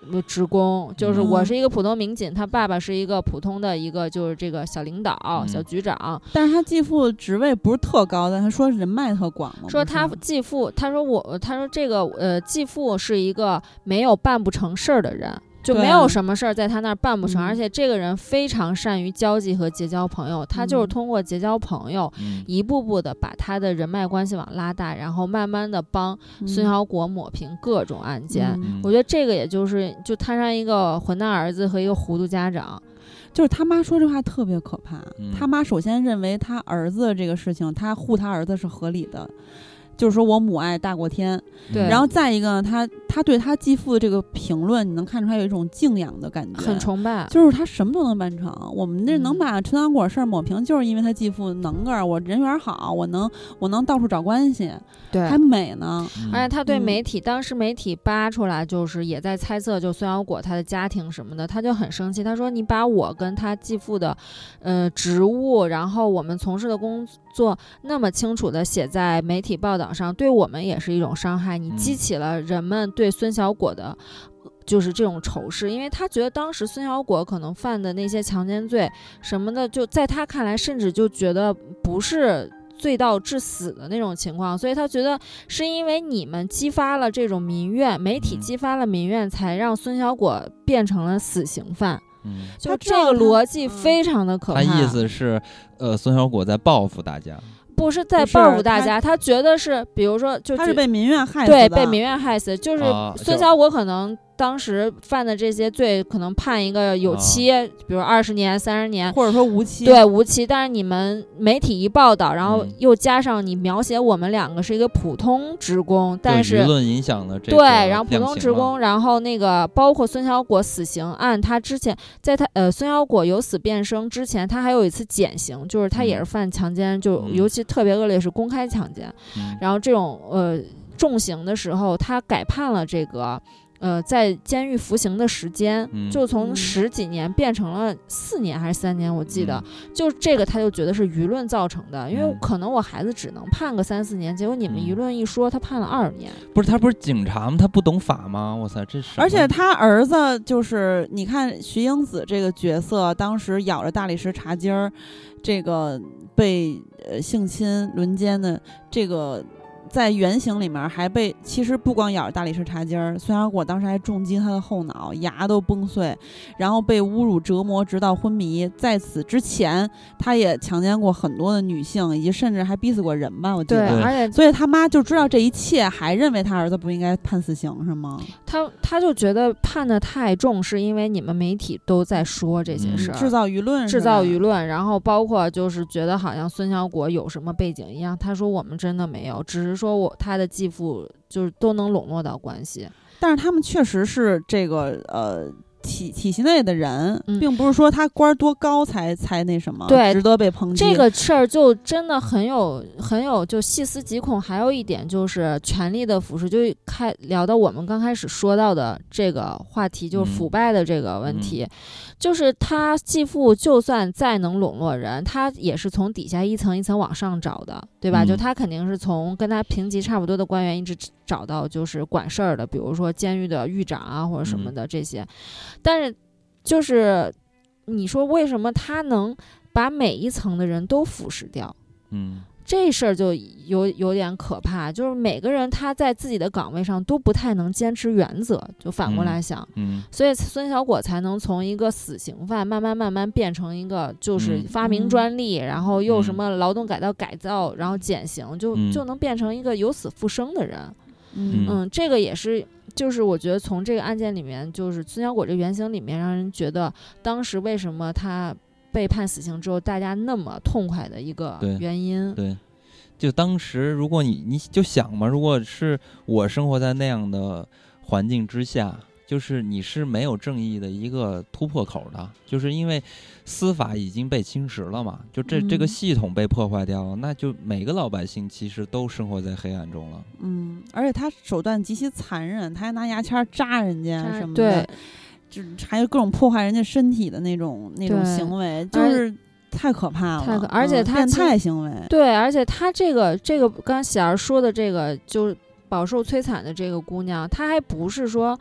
职工，就是我是一个普通民警，他爸爸是一个普通的一个就是这个小领导、小局长， 但是他继父职位不是特高，但他说人脉特广嘛。 说他继父，他说这个继父是一个没有办不成事儿的人。就没有什么事儿在他那儿办不成，而且这个人非常善于交际和结交朋友，他就是通过结交朋友，一步步的把他的人脉关系网拉大，然后慢慢的帮孙小果抹平各种案件。我觉得这个也就摊上一个混蛋儿子和一个糊涂家长。 就是他妈说这话特别可怕，他妈首先认为他儿子这个事情，他护他儿子是合理的。就是说我母爱大过天， 对。 然后再一个，他对他继父的这个评论，你能看出来有一种敬仰的感觉， 很崇拜。 就是他什么都能办成。我们这能把陈小果事儿抹平，就是因为他继父能个，我人缘好，我能到处找关系， 对， 还美呢。 而且他对媒体，当时媒体扒出来，就是也在猜测，就孙小果他的家庭什么的，他就很生气。他说：“你把我跟他继父的职务，然后我们从事的工作那么清楚的写在媒体报道上，对我们也是一种伤害。你激起了人们对孙小果的就是这种仇视，因为他觉得当时孙小果可能犯的那些强奸罪什么的，就在他看来甚至就觉得不是罪到致死的那种情况，所以他觉得是因为你们激发了这种民怨，媒体激发了民怨，才让孙小果变成了死刑犯。就这个逻辑非常的可怕。 他意思是孙小果在报复大家， 不是在报复大家，他觉得是，比如说， 他是被民怨害死的， 对，被民怨害死，就是孙小果可能当时犯的这些罪，可能判一个有期，比如20年、30年， 或者说无期， 对，无期。但是你们媒体一报道，然后又加上你描写我们两个是一个普通职工，但是舆论影响的这个对，然后普通职工，然后那个包括孙小果死刑案，他之前在他孙小果有死变生之前，他还有一次减刑，就是他也是犯强奸，就尤其特别恶劣是公开强奸，然后这种重刑的时候，他改判了这个。在监狱服刑的时间，就从10几年变成了4年还是3年，我记得，就这个他就觉得是舆论造成的，因为可能我孩子只能判个3、4年，结果你们舆论一说，他判了20年。 不是他不是警察吗？他不懂法吗？我操，这是！ 而且他儿子就是你看徐英子这个角色，当时咬着大理石茶几儿，这个被性侵轮奸的这个。在原型里面还被，其实不光咬着大理石茶几儿，孙小果当时还重击他的后脑，牙都崩碎，然后被侮辱折磨直到昏迷。在此之前，他也强奸过很多的女性，以及甚至还逼死过人吧，我记得。 对，而且所以他妈就知道这一切，还认为他儿子不应该判死刑，是吗？ 他就觉得判得太重，是因为你们媒体都在说这些事儿， 制造舆论， 然后包括就是觉得好像孙小果有什么背景一样。他说我们真的没有，只是说他的继父就是都能笼络到关系， 但是他们确实是这个体系内的人，并不是说他官多高才那什么， 对， 值得被抨击。 这个事儿就真的很有就细思极恐。还有一点就是权力的腐蚀，就聊到我们刚开始说到的这个话题，就是腐败的这个问题。就是他继父就算再能笼络人，他也是从底下一层一层往上找的，对吧？就他肯定是从跟他评级差不多的官员一直找到就是管事儿的，比如说监狱的狱长啊或者什么的这些。但是就是你说为什么他能把每一层的人都腐蚀掉？这事儿就有点可怕，就是每个人他在自己的岗位上都不太能坚持原则，就反过来想，所以孙小果才能从一个死刑犯慢慢变成一个就是发明专利，然后又什么劳动改造，然后减刑，就能变成一个有死复生的人。这个也是。就是我觉得从这个案件里面，就是孙小果这原型里面，让人觉得当时为什么他被判死刑之后，大家那么痛快的一个原因。 对，就当时如果你就想嘛，如果是我生活在那样的环境之下，就是你是没有正义的一个突破口的，就是因为司法已经被侵蚀了嘛，就这个系统被破坏掉了，那就每个老百姓其实都生活在黑暗中了。 而且他手段极其残忍，他还拿牙签扎人家什么的，就还有各种破坏人家身体的那种行为，就是太可怕了， 而且他变态行为。 对，而且他这个刚才喜儿说的这个就是饱受摧残的这个姑娘，她还不是说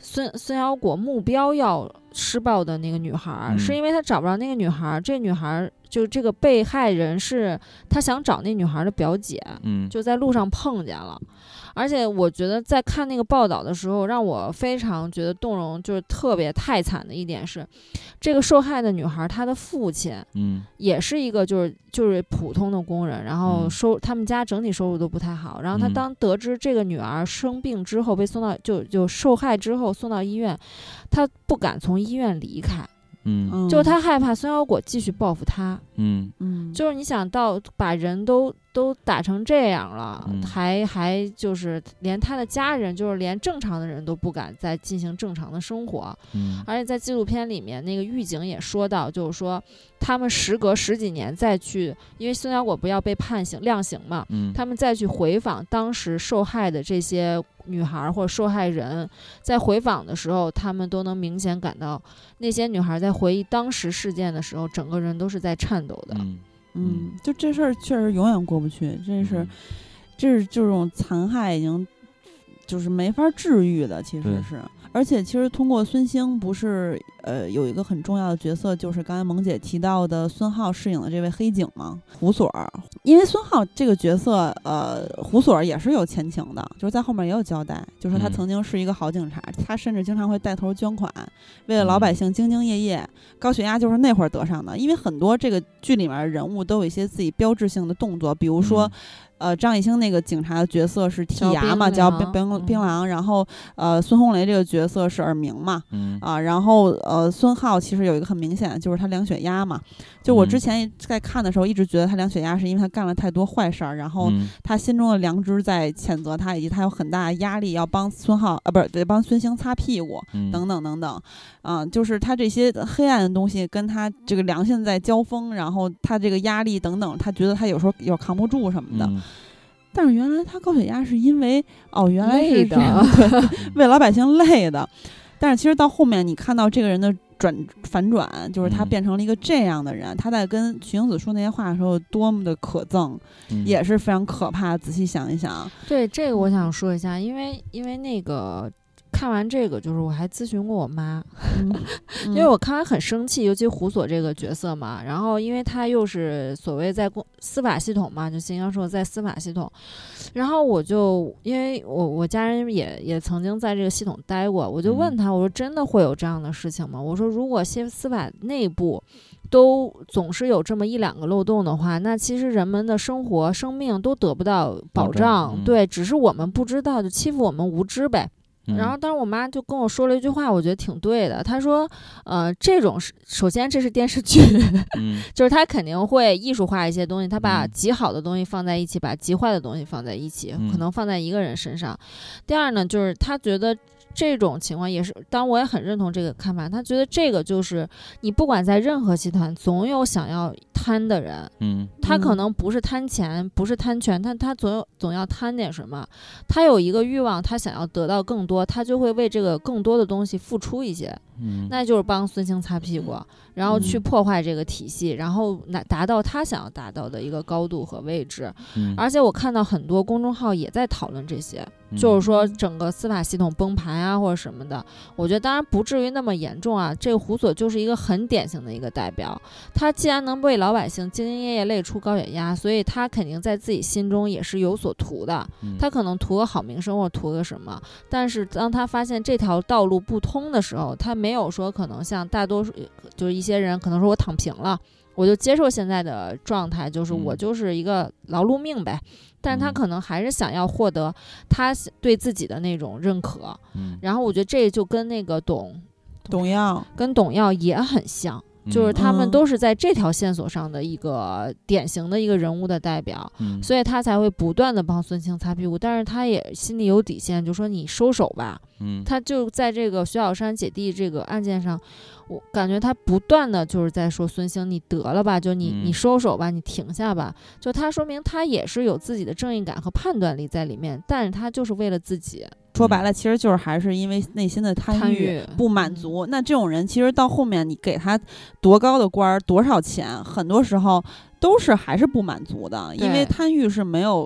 孙小果目标要施暴的那个女孩，是因为他找不着那个女孩，这女孩就这个被害人是他想找那女孩的表姐，就在路上碰见了。而且我觉得在看那个报道的时候，让我非常觉得动容，就是特别太惨的一点是，这个受害的女孩她的父亲，也是一个就是普通的工人，然后他们家整体收入都不太好，然后他当得知这个女儿生病之后被送到就受害之后送到医院，他不敢从医院离开。就是他害怕孙小果继续报复他。就是你想到把人都打成这样了，还就是连他的家人，就是连正常的人都不敢再进行正常的生活。而且在纪录片里面，那个狱警也说到，就是说他们时隔10几年再去，因为孙小果不要被判刑量刑嘛，他们再去回访当时受害的这些女孩或者受害人，在回访的时候，他们都能明显感到那些女孩在回忆当时事件的时候，整个人都是在颤抖的。 就这事儿确实永远过不去，这是这种残害已经就是没法治愈的，其实是。而且其实通过孙兴不是有一个很重要的角色，就是刚才萌姐提到的孙浩饰演的这位黑警嘛，胡所。因为孙浩这个角色胡所也是有前情的，就是在后面也有交代，就是他曾经是一个好警察，他甚至经常会带头捐款，为了老百姓兢兢业业。高血压就是那会儿得上的，因为很多这个剧里面的人物都有一些自己标志性的动作，比如说张艺兴那个警察的角色是剔牙嘛，嚼槟榔，然后孙红雷这个角色是耳鸣嘛，然后孙浩其实有一个很明显的就是他量血压嘛，就我之前在看的时候一直觉得他量血压是因为他干了太多坏事儿，然后他心中的良知在谴责他，以及他有很大的压力要帮孙浩不是得帮孙兴擦屁股等等等等，就是他这些黑暗的东西跟他这个良心在交锋，然后他这个压力等等，他觉得他有时候有扛不住什么的。但是原来他高血压是因为原来是这样，为老百姓累的。但是其实到后面你看到这个人的反转，就是他变成了一个这样的人，他在跟徐英子说那些话的时候多么的可憎，也是非常可怕。仔细想一想， 对这个我想说一下，因为那个。看完这个，就是我还咨询过我妈，因为我看完很生气，尤其胡所这个角色嘛。然后，因为他又是所谓在司法系统嘛，就新疆说在司法系统。然后我就因为我家人也曾经在这个系统待过，我就问他，我说真的会有这样的事情吗？我说如果司法内部都总是有这么1-2个漏洞的话，那其实人们的生活生命都得不到保障，对，只是我们不知道，就欺负我们无知呗。然后当时我妈就跟我说了一句话，我觉得挺对的。她说这种首先这是电视剧就是她肯定会艺术化一些东西，她把极好的东西放在一起，把极坏的东西放在一起，可能放在一个人身上。第二呢，就是她觉得这种情况也是，当然我也很认同这个看法，他觉得这个就是你不管在任何集团总有想要贪的人，他可能不是贪钱不是贪权，但他总要贪点什么，他有一个欲望，他想要得到更多，他就会为这个更多的东西付出一些，那就是帮孙兴擦屁股，然后去破坏这个体系，然后达到他想要达到的一个高度和位置。而且我看到很多公众号也在讨论这些，就是说整个司法系统崩盘啊或者什么的，我觉得当然不至于那么严重啊。这个胡所就是一个很典型的一个代表，他既然能为老百姓兢兢业业累出高血压，所以他肯定在自己心中也是有所图的，他可能图个好名声或者图个什么，但是当他发现这条道路不通的时候，他没有说可能像大多数就是一些人可能说我躺平了，我就接受现在的状态，就是我就是一个劳碌命呗，但是他可能还是想要获得他对自己的那种认可，然后我觉得这就跟那个董耀也很像，就是他们都是在这条线索上的一个典型的一个人物的代表，所以他才会不断的帮孙兴擦屁股，但是他也心里有底线，就说你收手吧。他就在这个徐小山姐弟这个案件上，我感觉他不断的就是在说孙兴你得了吧，就你收手吧，你停下吧，就他说明他也是有自己的正义感和判断力在里面，但是他就是为了自己。 说白了其实就是还是因为内心的贪欲不满足，那这种人其实到后面你给他多高的官多少钱，很多时候都是还是不满足的，因为贪欲是没有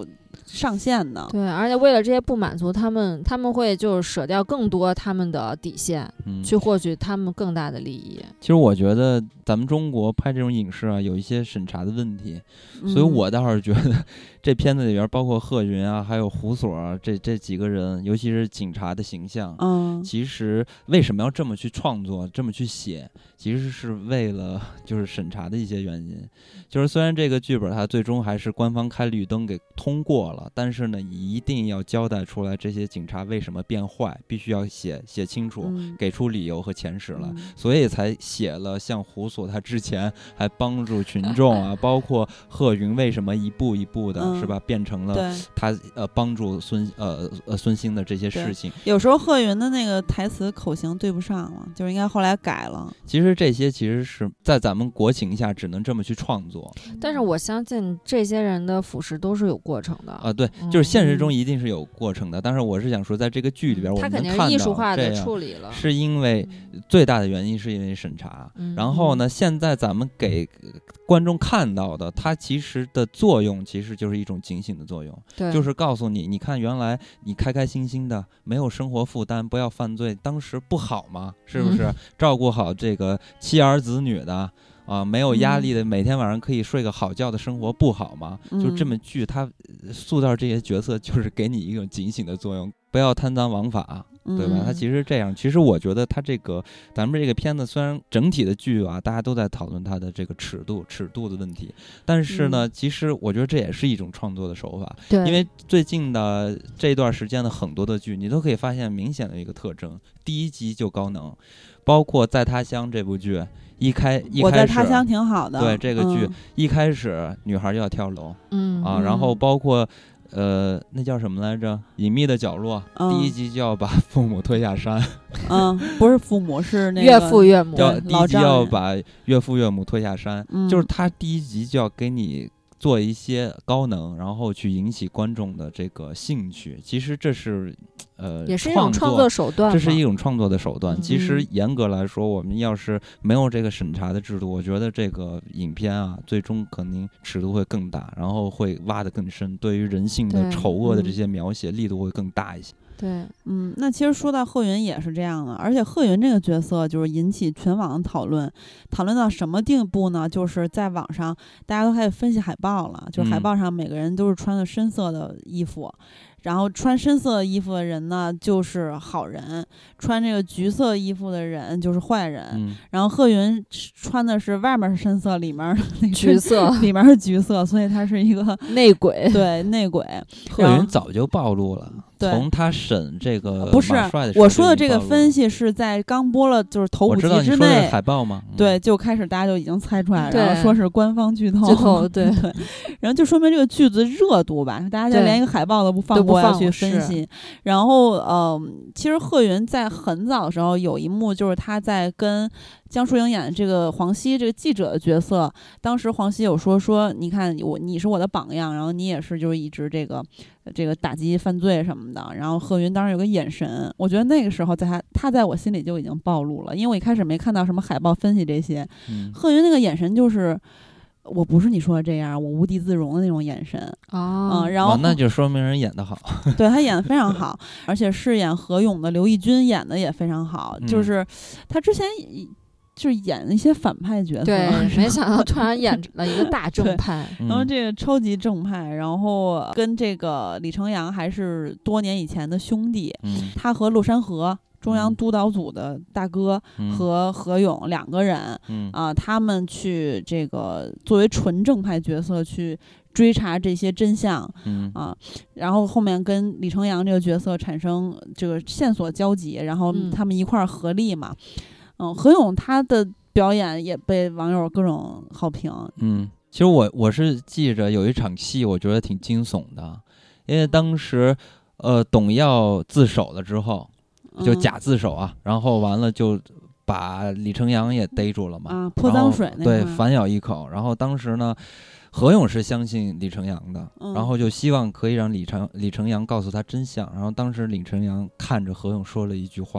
上限的。 对，而且为了这些不满足，他们会就是舍掉更多他们的底线，去获取他们更大的利益。 其实我觉得咱们中国拍这种影视啊，有一些审查的问题，所以我倒是觉得这片子里边包括贺云啊，还有胡所啊，这几个人，尤其是警察的形象，其实为什么要这么去创作，这么去写，其实是为了就是审查的一些原因。就是虽然这个剧本它最终还是官方开绿灯给通过了，但是呢，一定要交代出来这些警察为什么变坏，必须要写清楚，给出理由和前史来，所以才写了像胡所他之前还帮助群众啊，包括贺云为什么一步一步的是吧，变成了他帮助孙兴的这些事情。 有时候贺云的那个台词口型对不上了，就是应该后来改了。 其实这些其实是在咱们国情下只能这么去创作， 但是我相信这些人的腐蚀都是有过程的啊，对，就是现实中一定是有过程的。但是我是想说，在这个剧里边，我们能看到他肯定是艺术化的处理了， 是因为最大的原因是因为审查。然后呢，现在咱们给观众看到的，它其实的作用其实就是一种警醒的作用，就是告诉你，你看原来你开开心心的，没有生活负担，不要犯罪，当时不好吗？是不是？照顾好这个妻儿子女的。没有压力的，每天晚上可以睡个好觉的生活不好吗？就这么剧，它塑造这些角色就是给你一种警醒的作用，不要贪赃枉法，对吧？它其实这样。其实我觉得它咱们这个片子虽然整体的剧啊，大家都在讨论它的这个尺度的问题，但是呢，其实我觉得这也是一种创作的手法。 对， 因为最近的这一段时间的很多的剧，你都可以发现明显的一个特征：第一集就高能，包括《在他乡》这部剧。一开始我在他乡挺好的。 对，这个剧一开始女孩就要跳楼，然后包括那叫什么来着？隐秘的角落，第一集就要把父母推下山。 不是父母，是那个岳父岳母。 第一集要把岳父岳母推下山，就是他第一集就要给你做一些高能，然后去引起观众的这个兴趣。其实这是也是一种创作手段， 这是一种创作的手段。其实严格来说，我们要是没有这个审查的制度，我觉得这个影片啊，最终肯定尺度会更大，然后会挖得更深，对于人性的丑恶的这些描写力度会更大一些。 对， 那其实说到贺云也是这样的，而且贺云这个角色就是引起全网的讨论到什么地步呢？就是在网上大家都开始分析海报了，就是海报上每个人都是穿的深色的衣服。然后穿深色衣服的人呢就是好人，穿这个橘色衣服的人就是坏人。然后贺云穿的是外面是深色，里面橘色， 里面是橘色，所以他是一个内鬼。 对，内鬼。 贺云早就暴露了。从他审这个不是我说的这个分析是在刚播了就是头5集之内， 我知道你说的是海报吗？ 对，就开始大家就已经猜出来了，然后说是官方剧透， 对， 然后就说明这个剧子热度吧，大家就连一个海报都不放过要去分析。然后其实贺云在很早的时候有一幕就是他在跟江疏影演的这个黄西这个记者的角色，当时黄西有说你看你是我的榜样，然后你也是就是一直这个打击犯罪什么的。然后贺云当时有个眼神，我觉得那个时候他在我心里就已经暴露了，因为我一开始没看到什么海报分析这些。贺云那个眼神就是我不是你说的这样，我无地自容的那种眼神。然后那就说明人演得好。 对，他演得非常好，而且饰演何勇的刘奕君演得也非常好。就是他之前就是演一些反派角色， 对，没想到突然演了一个大正派。 然后这个超级正派，然后跟这个李成阳还是多年以前的兄弟。他和陆山河中央督导组的大哥和何勇2个人，他们去这个作为纯正派角色去追查这些真相，然后后面跟李成阳这个角色产生这个线索交集，然后他们一块儿合力嘛。何勇他的表演也被网友各种好评。 其实我是记着有一场戏，我觉得挺惊悚的，因为当时董耀自首了之后，就假自首啊，然后完了就把李成阳也逮住了嘛， 泼脏水那对，反咬一口。然后当时呢，何勇是相信李成阳的，然后就希望可以让李成阳告诉他真相。然后当时李成阳看着何勇说了一句话，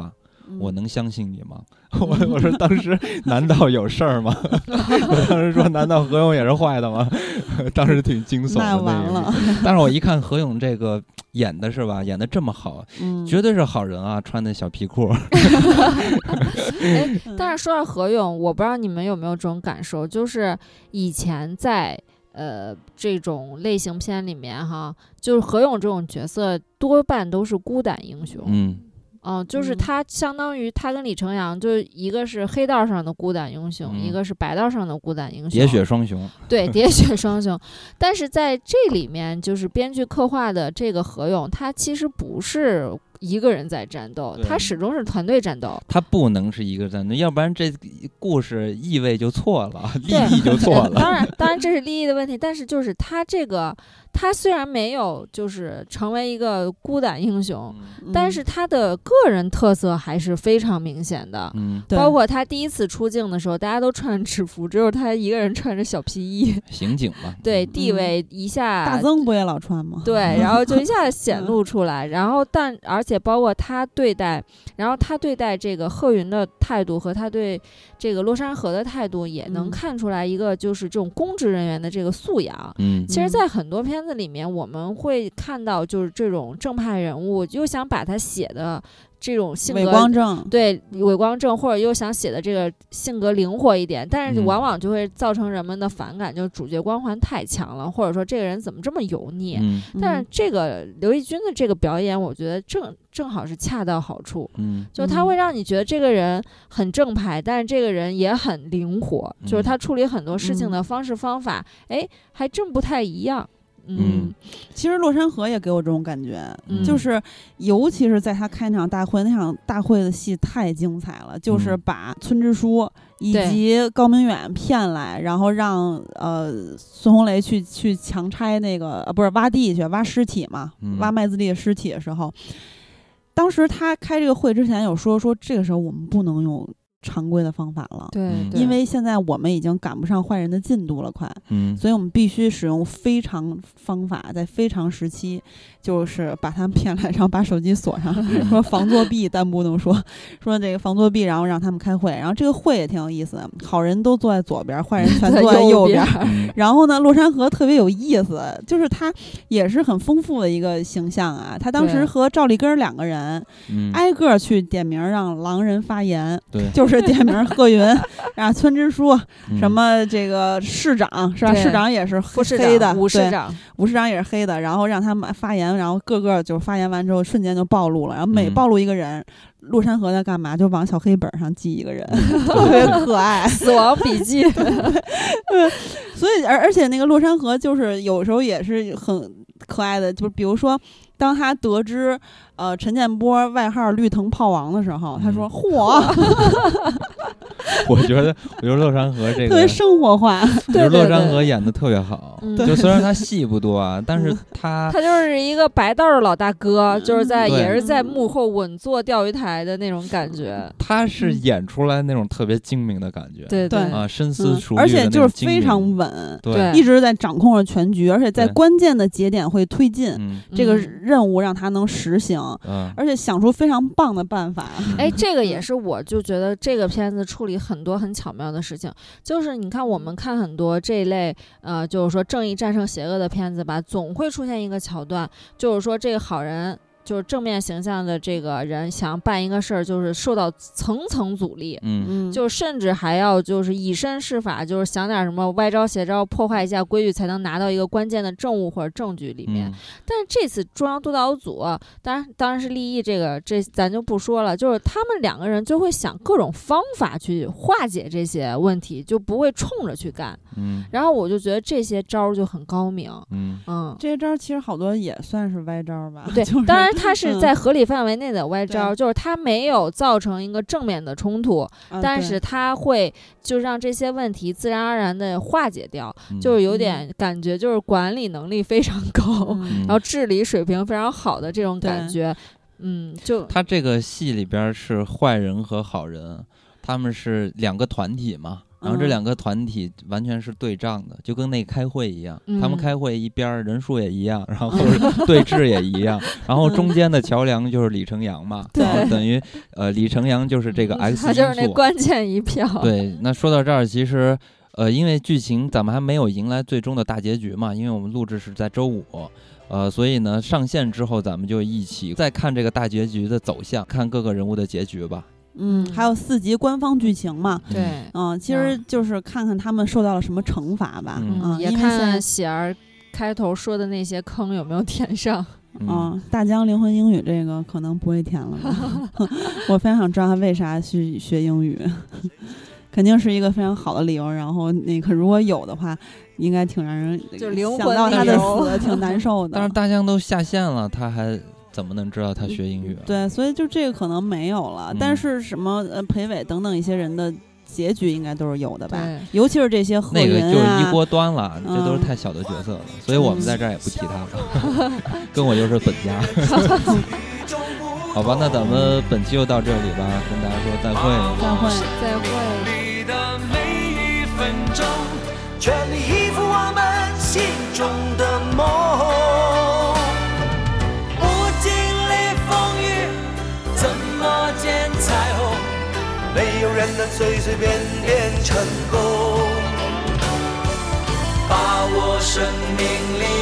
我能相信你吗？我说当时难道有事儿吗？我当时说难道何勇也是坏的吗？当时挺惊悚的那完了。 但是我一看何勇这个演的是吧，演的这么好，绝对是好人啊，穿的小皮裤。 但是说到何勇，我不知道你们有没有这种感受，就是以前在这种类型片里面哈，就是何勇这种角色多半都是孤胆英雄。就是他相当于他跟李成阳，就一个是黑道上的孤胆英雄，一个是白道上的孤胆英雄， 喋血双雄。 对，喋血双雄。但是在这里面，就是编剧刻画的这个何勇，他其实不是一个人在战斗，他始终是团队战斗。 他不能是一个战斗，要不然这故事意味就错了，立意就错了。 当然这是立意的问题，但是就是他这个。他虽然没有就是成为一个孤胆英雄，但是他的个人特色还是非常明显的。包括他第一次出镜的时候，大家都穿制服，只有他一个人穿着小皮衣， 刑警嘛。 对，地位一下大曾不也老穿吗？ 对，然后就一下显露出来。然后而且包括他对待这个贺云的态度和他对这个洛山河的态度，也能看出来一个就是这种公职人员的这个素养。其实在很多片子里面我们会看到就是这种正派人物又想把他写的这种性格伪光正， 对，伪光正，或者又想写的这个性格灵活一点，但是往往就会造成人们的反感，就是主角光环太强了，或者说这个人怎么这么油腻。但是这个刘奕君的这个表演，我觉得正好是恰到好处。就他会让你觉得这个人很正派，但是这个人也很灵活，就是他处理很多事情的方式方法，还真不太一样。 其实洛山河也给我这种感觉，就是尤其是在他开场大会，那场大会的戏太精彩了，就是把村支书以及高明远骗来，然后让孙红雷去强拆那个不是挖地去挖尸体嘛，挖麦子地的尸体的时候，当时他开这个会之前有说这个时候我们不能用常规的方法了， 对， 因为现在我们已经赶不上坏人的进度了，快，所以我们必须使用非常方法，在非常时期，就是把他们骗来，然后把手机锁上，说防作弊，但不能说这个防作弊，然后让他们开会，然后这个会也挺有意思的，好人都坐在左边，坏人全坐在右边，然后呢，洛山河特别有意思，就是他也是很丰富的一个形象啊，他当时和赵立根两个人，挨个去点名让狼人发言， 对， 就是点名贺云，然后村支书，什么这个市长是吧？市长也是黑的， 武市长也是黑的，然后让他们发言，然后个个就发言完之后瞬间就暴露了，然后每暴露一个人，洛山河在干嘛？就往小黑本上记一个人，特别可爱， 死亡笔记。 所以而且那个洛山河就是有时候也是很可爱的，就比如说当他得知陈建波外号绿藤炮王的时候，他说嚯。 我觉得洛山河这个特别生活化， 我觉得洛山河演的特别好，就虽然他戏不多啊，但是他就是一个白道的老大哥，就是也是在幕后稳坐钓鱼台的那种感觉。 他是演出来那种特别精明的感觉， 对啊，深思熟虑， 而且就是非常稳， 对， 一直在掌控着全局，而且在关键的节点会推进这个任务，让他能实行，而且想出非常棒的办法。 这个也是我就觉得这个片子处理很多很巧妙的事情，就是你看我们看很多这一类就是说正义战胜邪恶的片子吧，总会出现一个桥段，就是说这个好人就是正面形象的这个人想办一个事儿，就是受到层层阻力，就甚至还要就是以身试法，就是想点什么歪招邪招，破坏一下规矩，才能拿到一个关键的证物或者证据里面。但是这次中央督导组，当然是立意这咱就不说了，就是他们两个人就会想各种方法去化解这些问题，就不会冲着去干。然后我就觉得这些招就很高明。 这些招其实好多也算是歪招吧。 对，当然它是在合理范围内的歪招，就是它没有造成一个正面的冲突，但是它会就让这些问题自然而然的化解掉，就是有点感觉就是管理能力非常高，然后治理水平非常好的这种感觉。就他这个戏里边是坏人和好人，他们是两个团体嘛。 然后这两个团体完全是对仗的，就跟那开会一样，他们开会一边人数也一样，然后对峙也一样，然后中间的桥梁就是李成阳嘛，然后等于李成阳就是这个 X 因素， 他就是那关键一票。 对，那说到这儿，其实因为剧情咱们还没有迎来最终的大结局嘛，因为我们录制是在周五。所以呢，上线之后咱们就一起再看这个大结局的走向，看各个人物的结局吧。 还有4集官方剧情嘛？ 对， 其实就是看看他们受到了什么惩罚吧。 也看喜儿开头说的那些坑有没有填上。 大江灵魂英语这个可能不会填了吧？我非常想知道他为啥去学英语。肯定是一个非常好的理由，然后那个如果有的话，应该挺让人就灵魂想到他的死，挺难受的。 但是大江都下线了，他还怎么能知道他学英语？ 对，所以就这个可能没有了。但是什么裴伟等等一些人的结局应该都是有的吧？尤其是这些贺云那个就是一锅端了，这都是太小的角色了，所以我们在这儿也不提他了。跟我就是本家。好吧，那咱们本期就到这里吧，跟大家说再会， 再会。 全力以赴我们心中的梦，不经历风雨怎么见彩虹，没有人能随随便便成功，把握生命里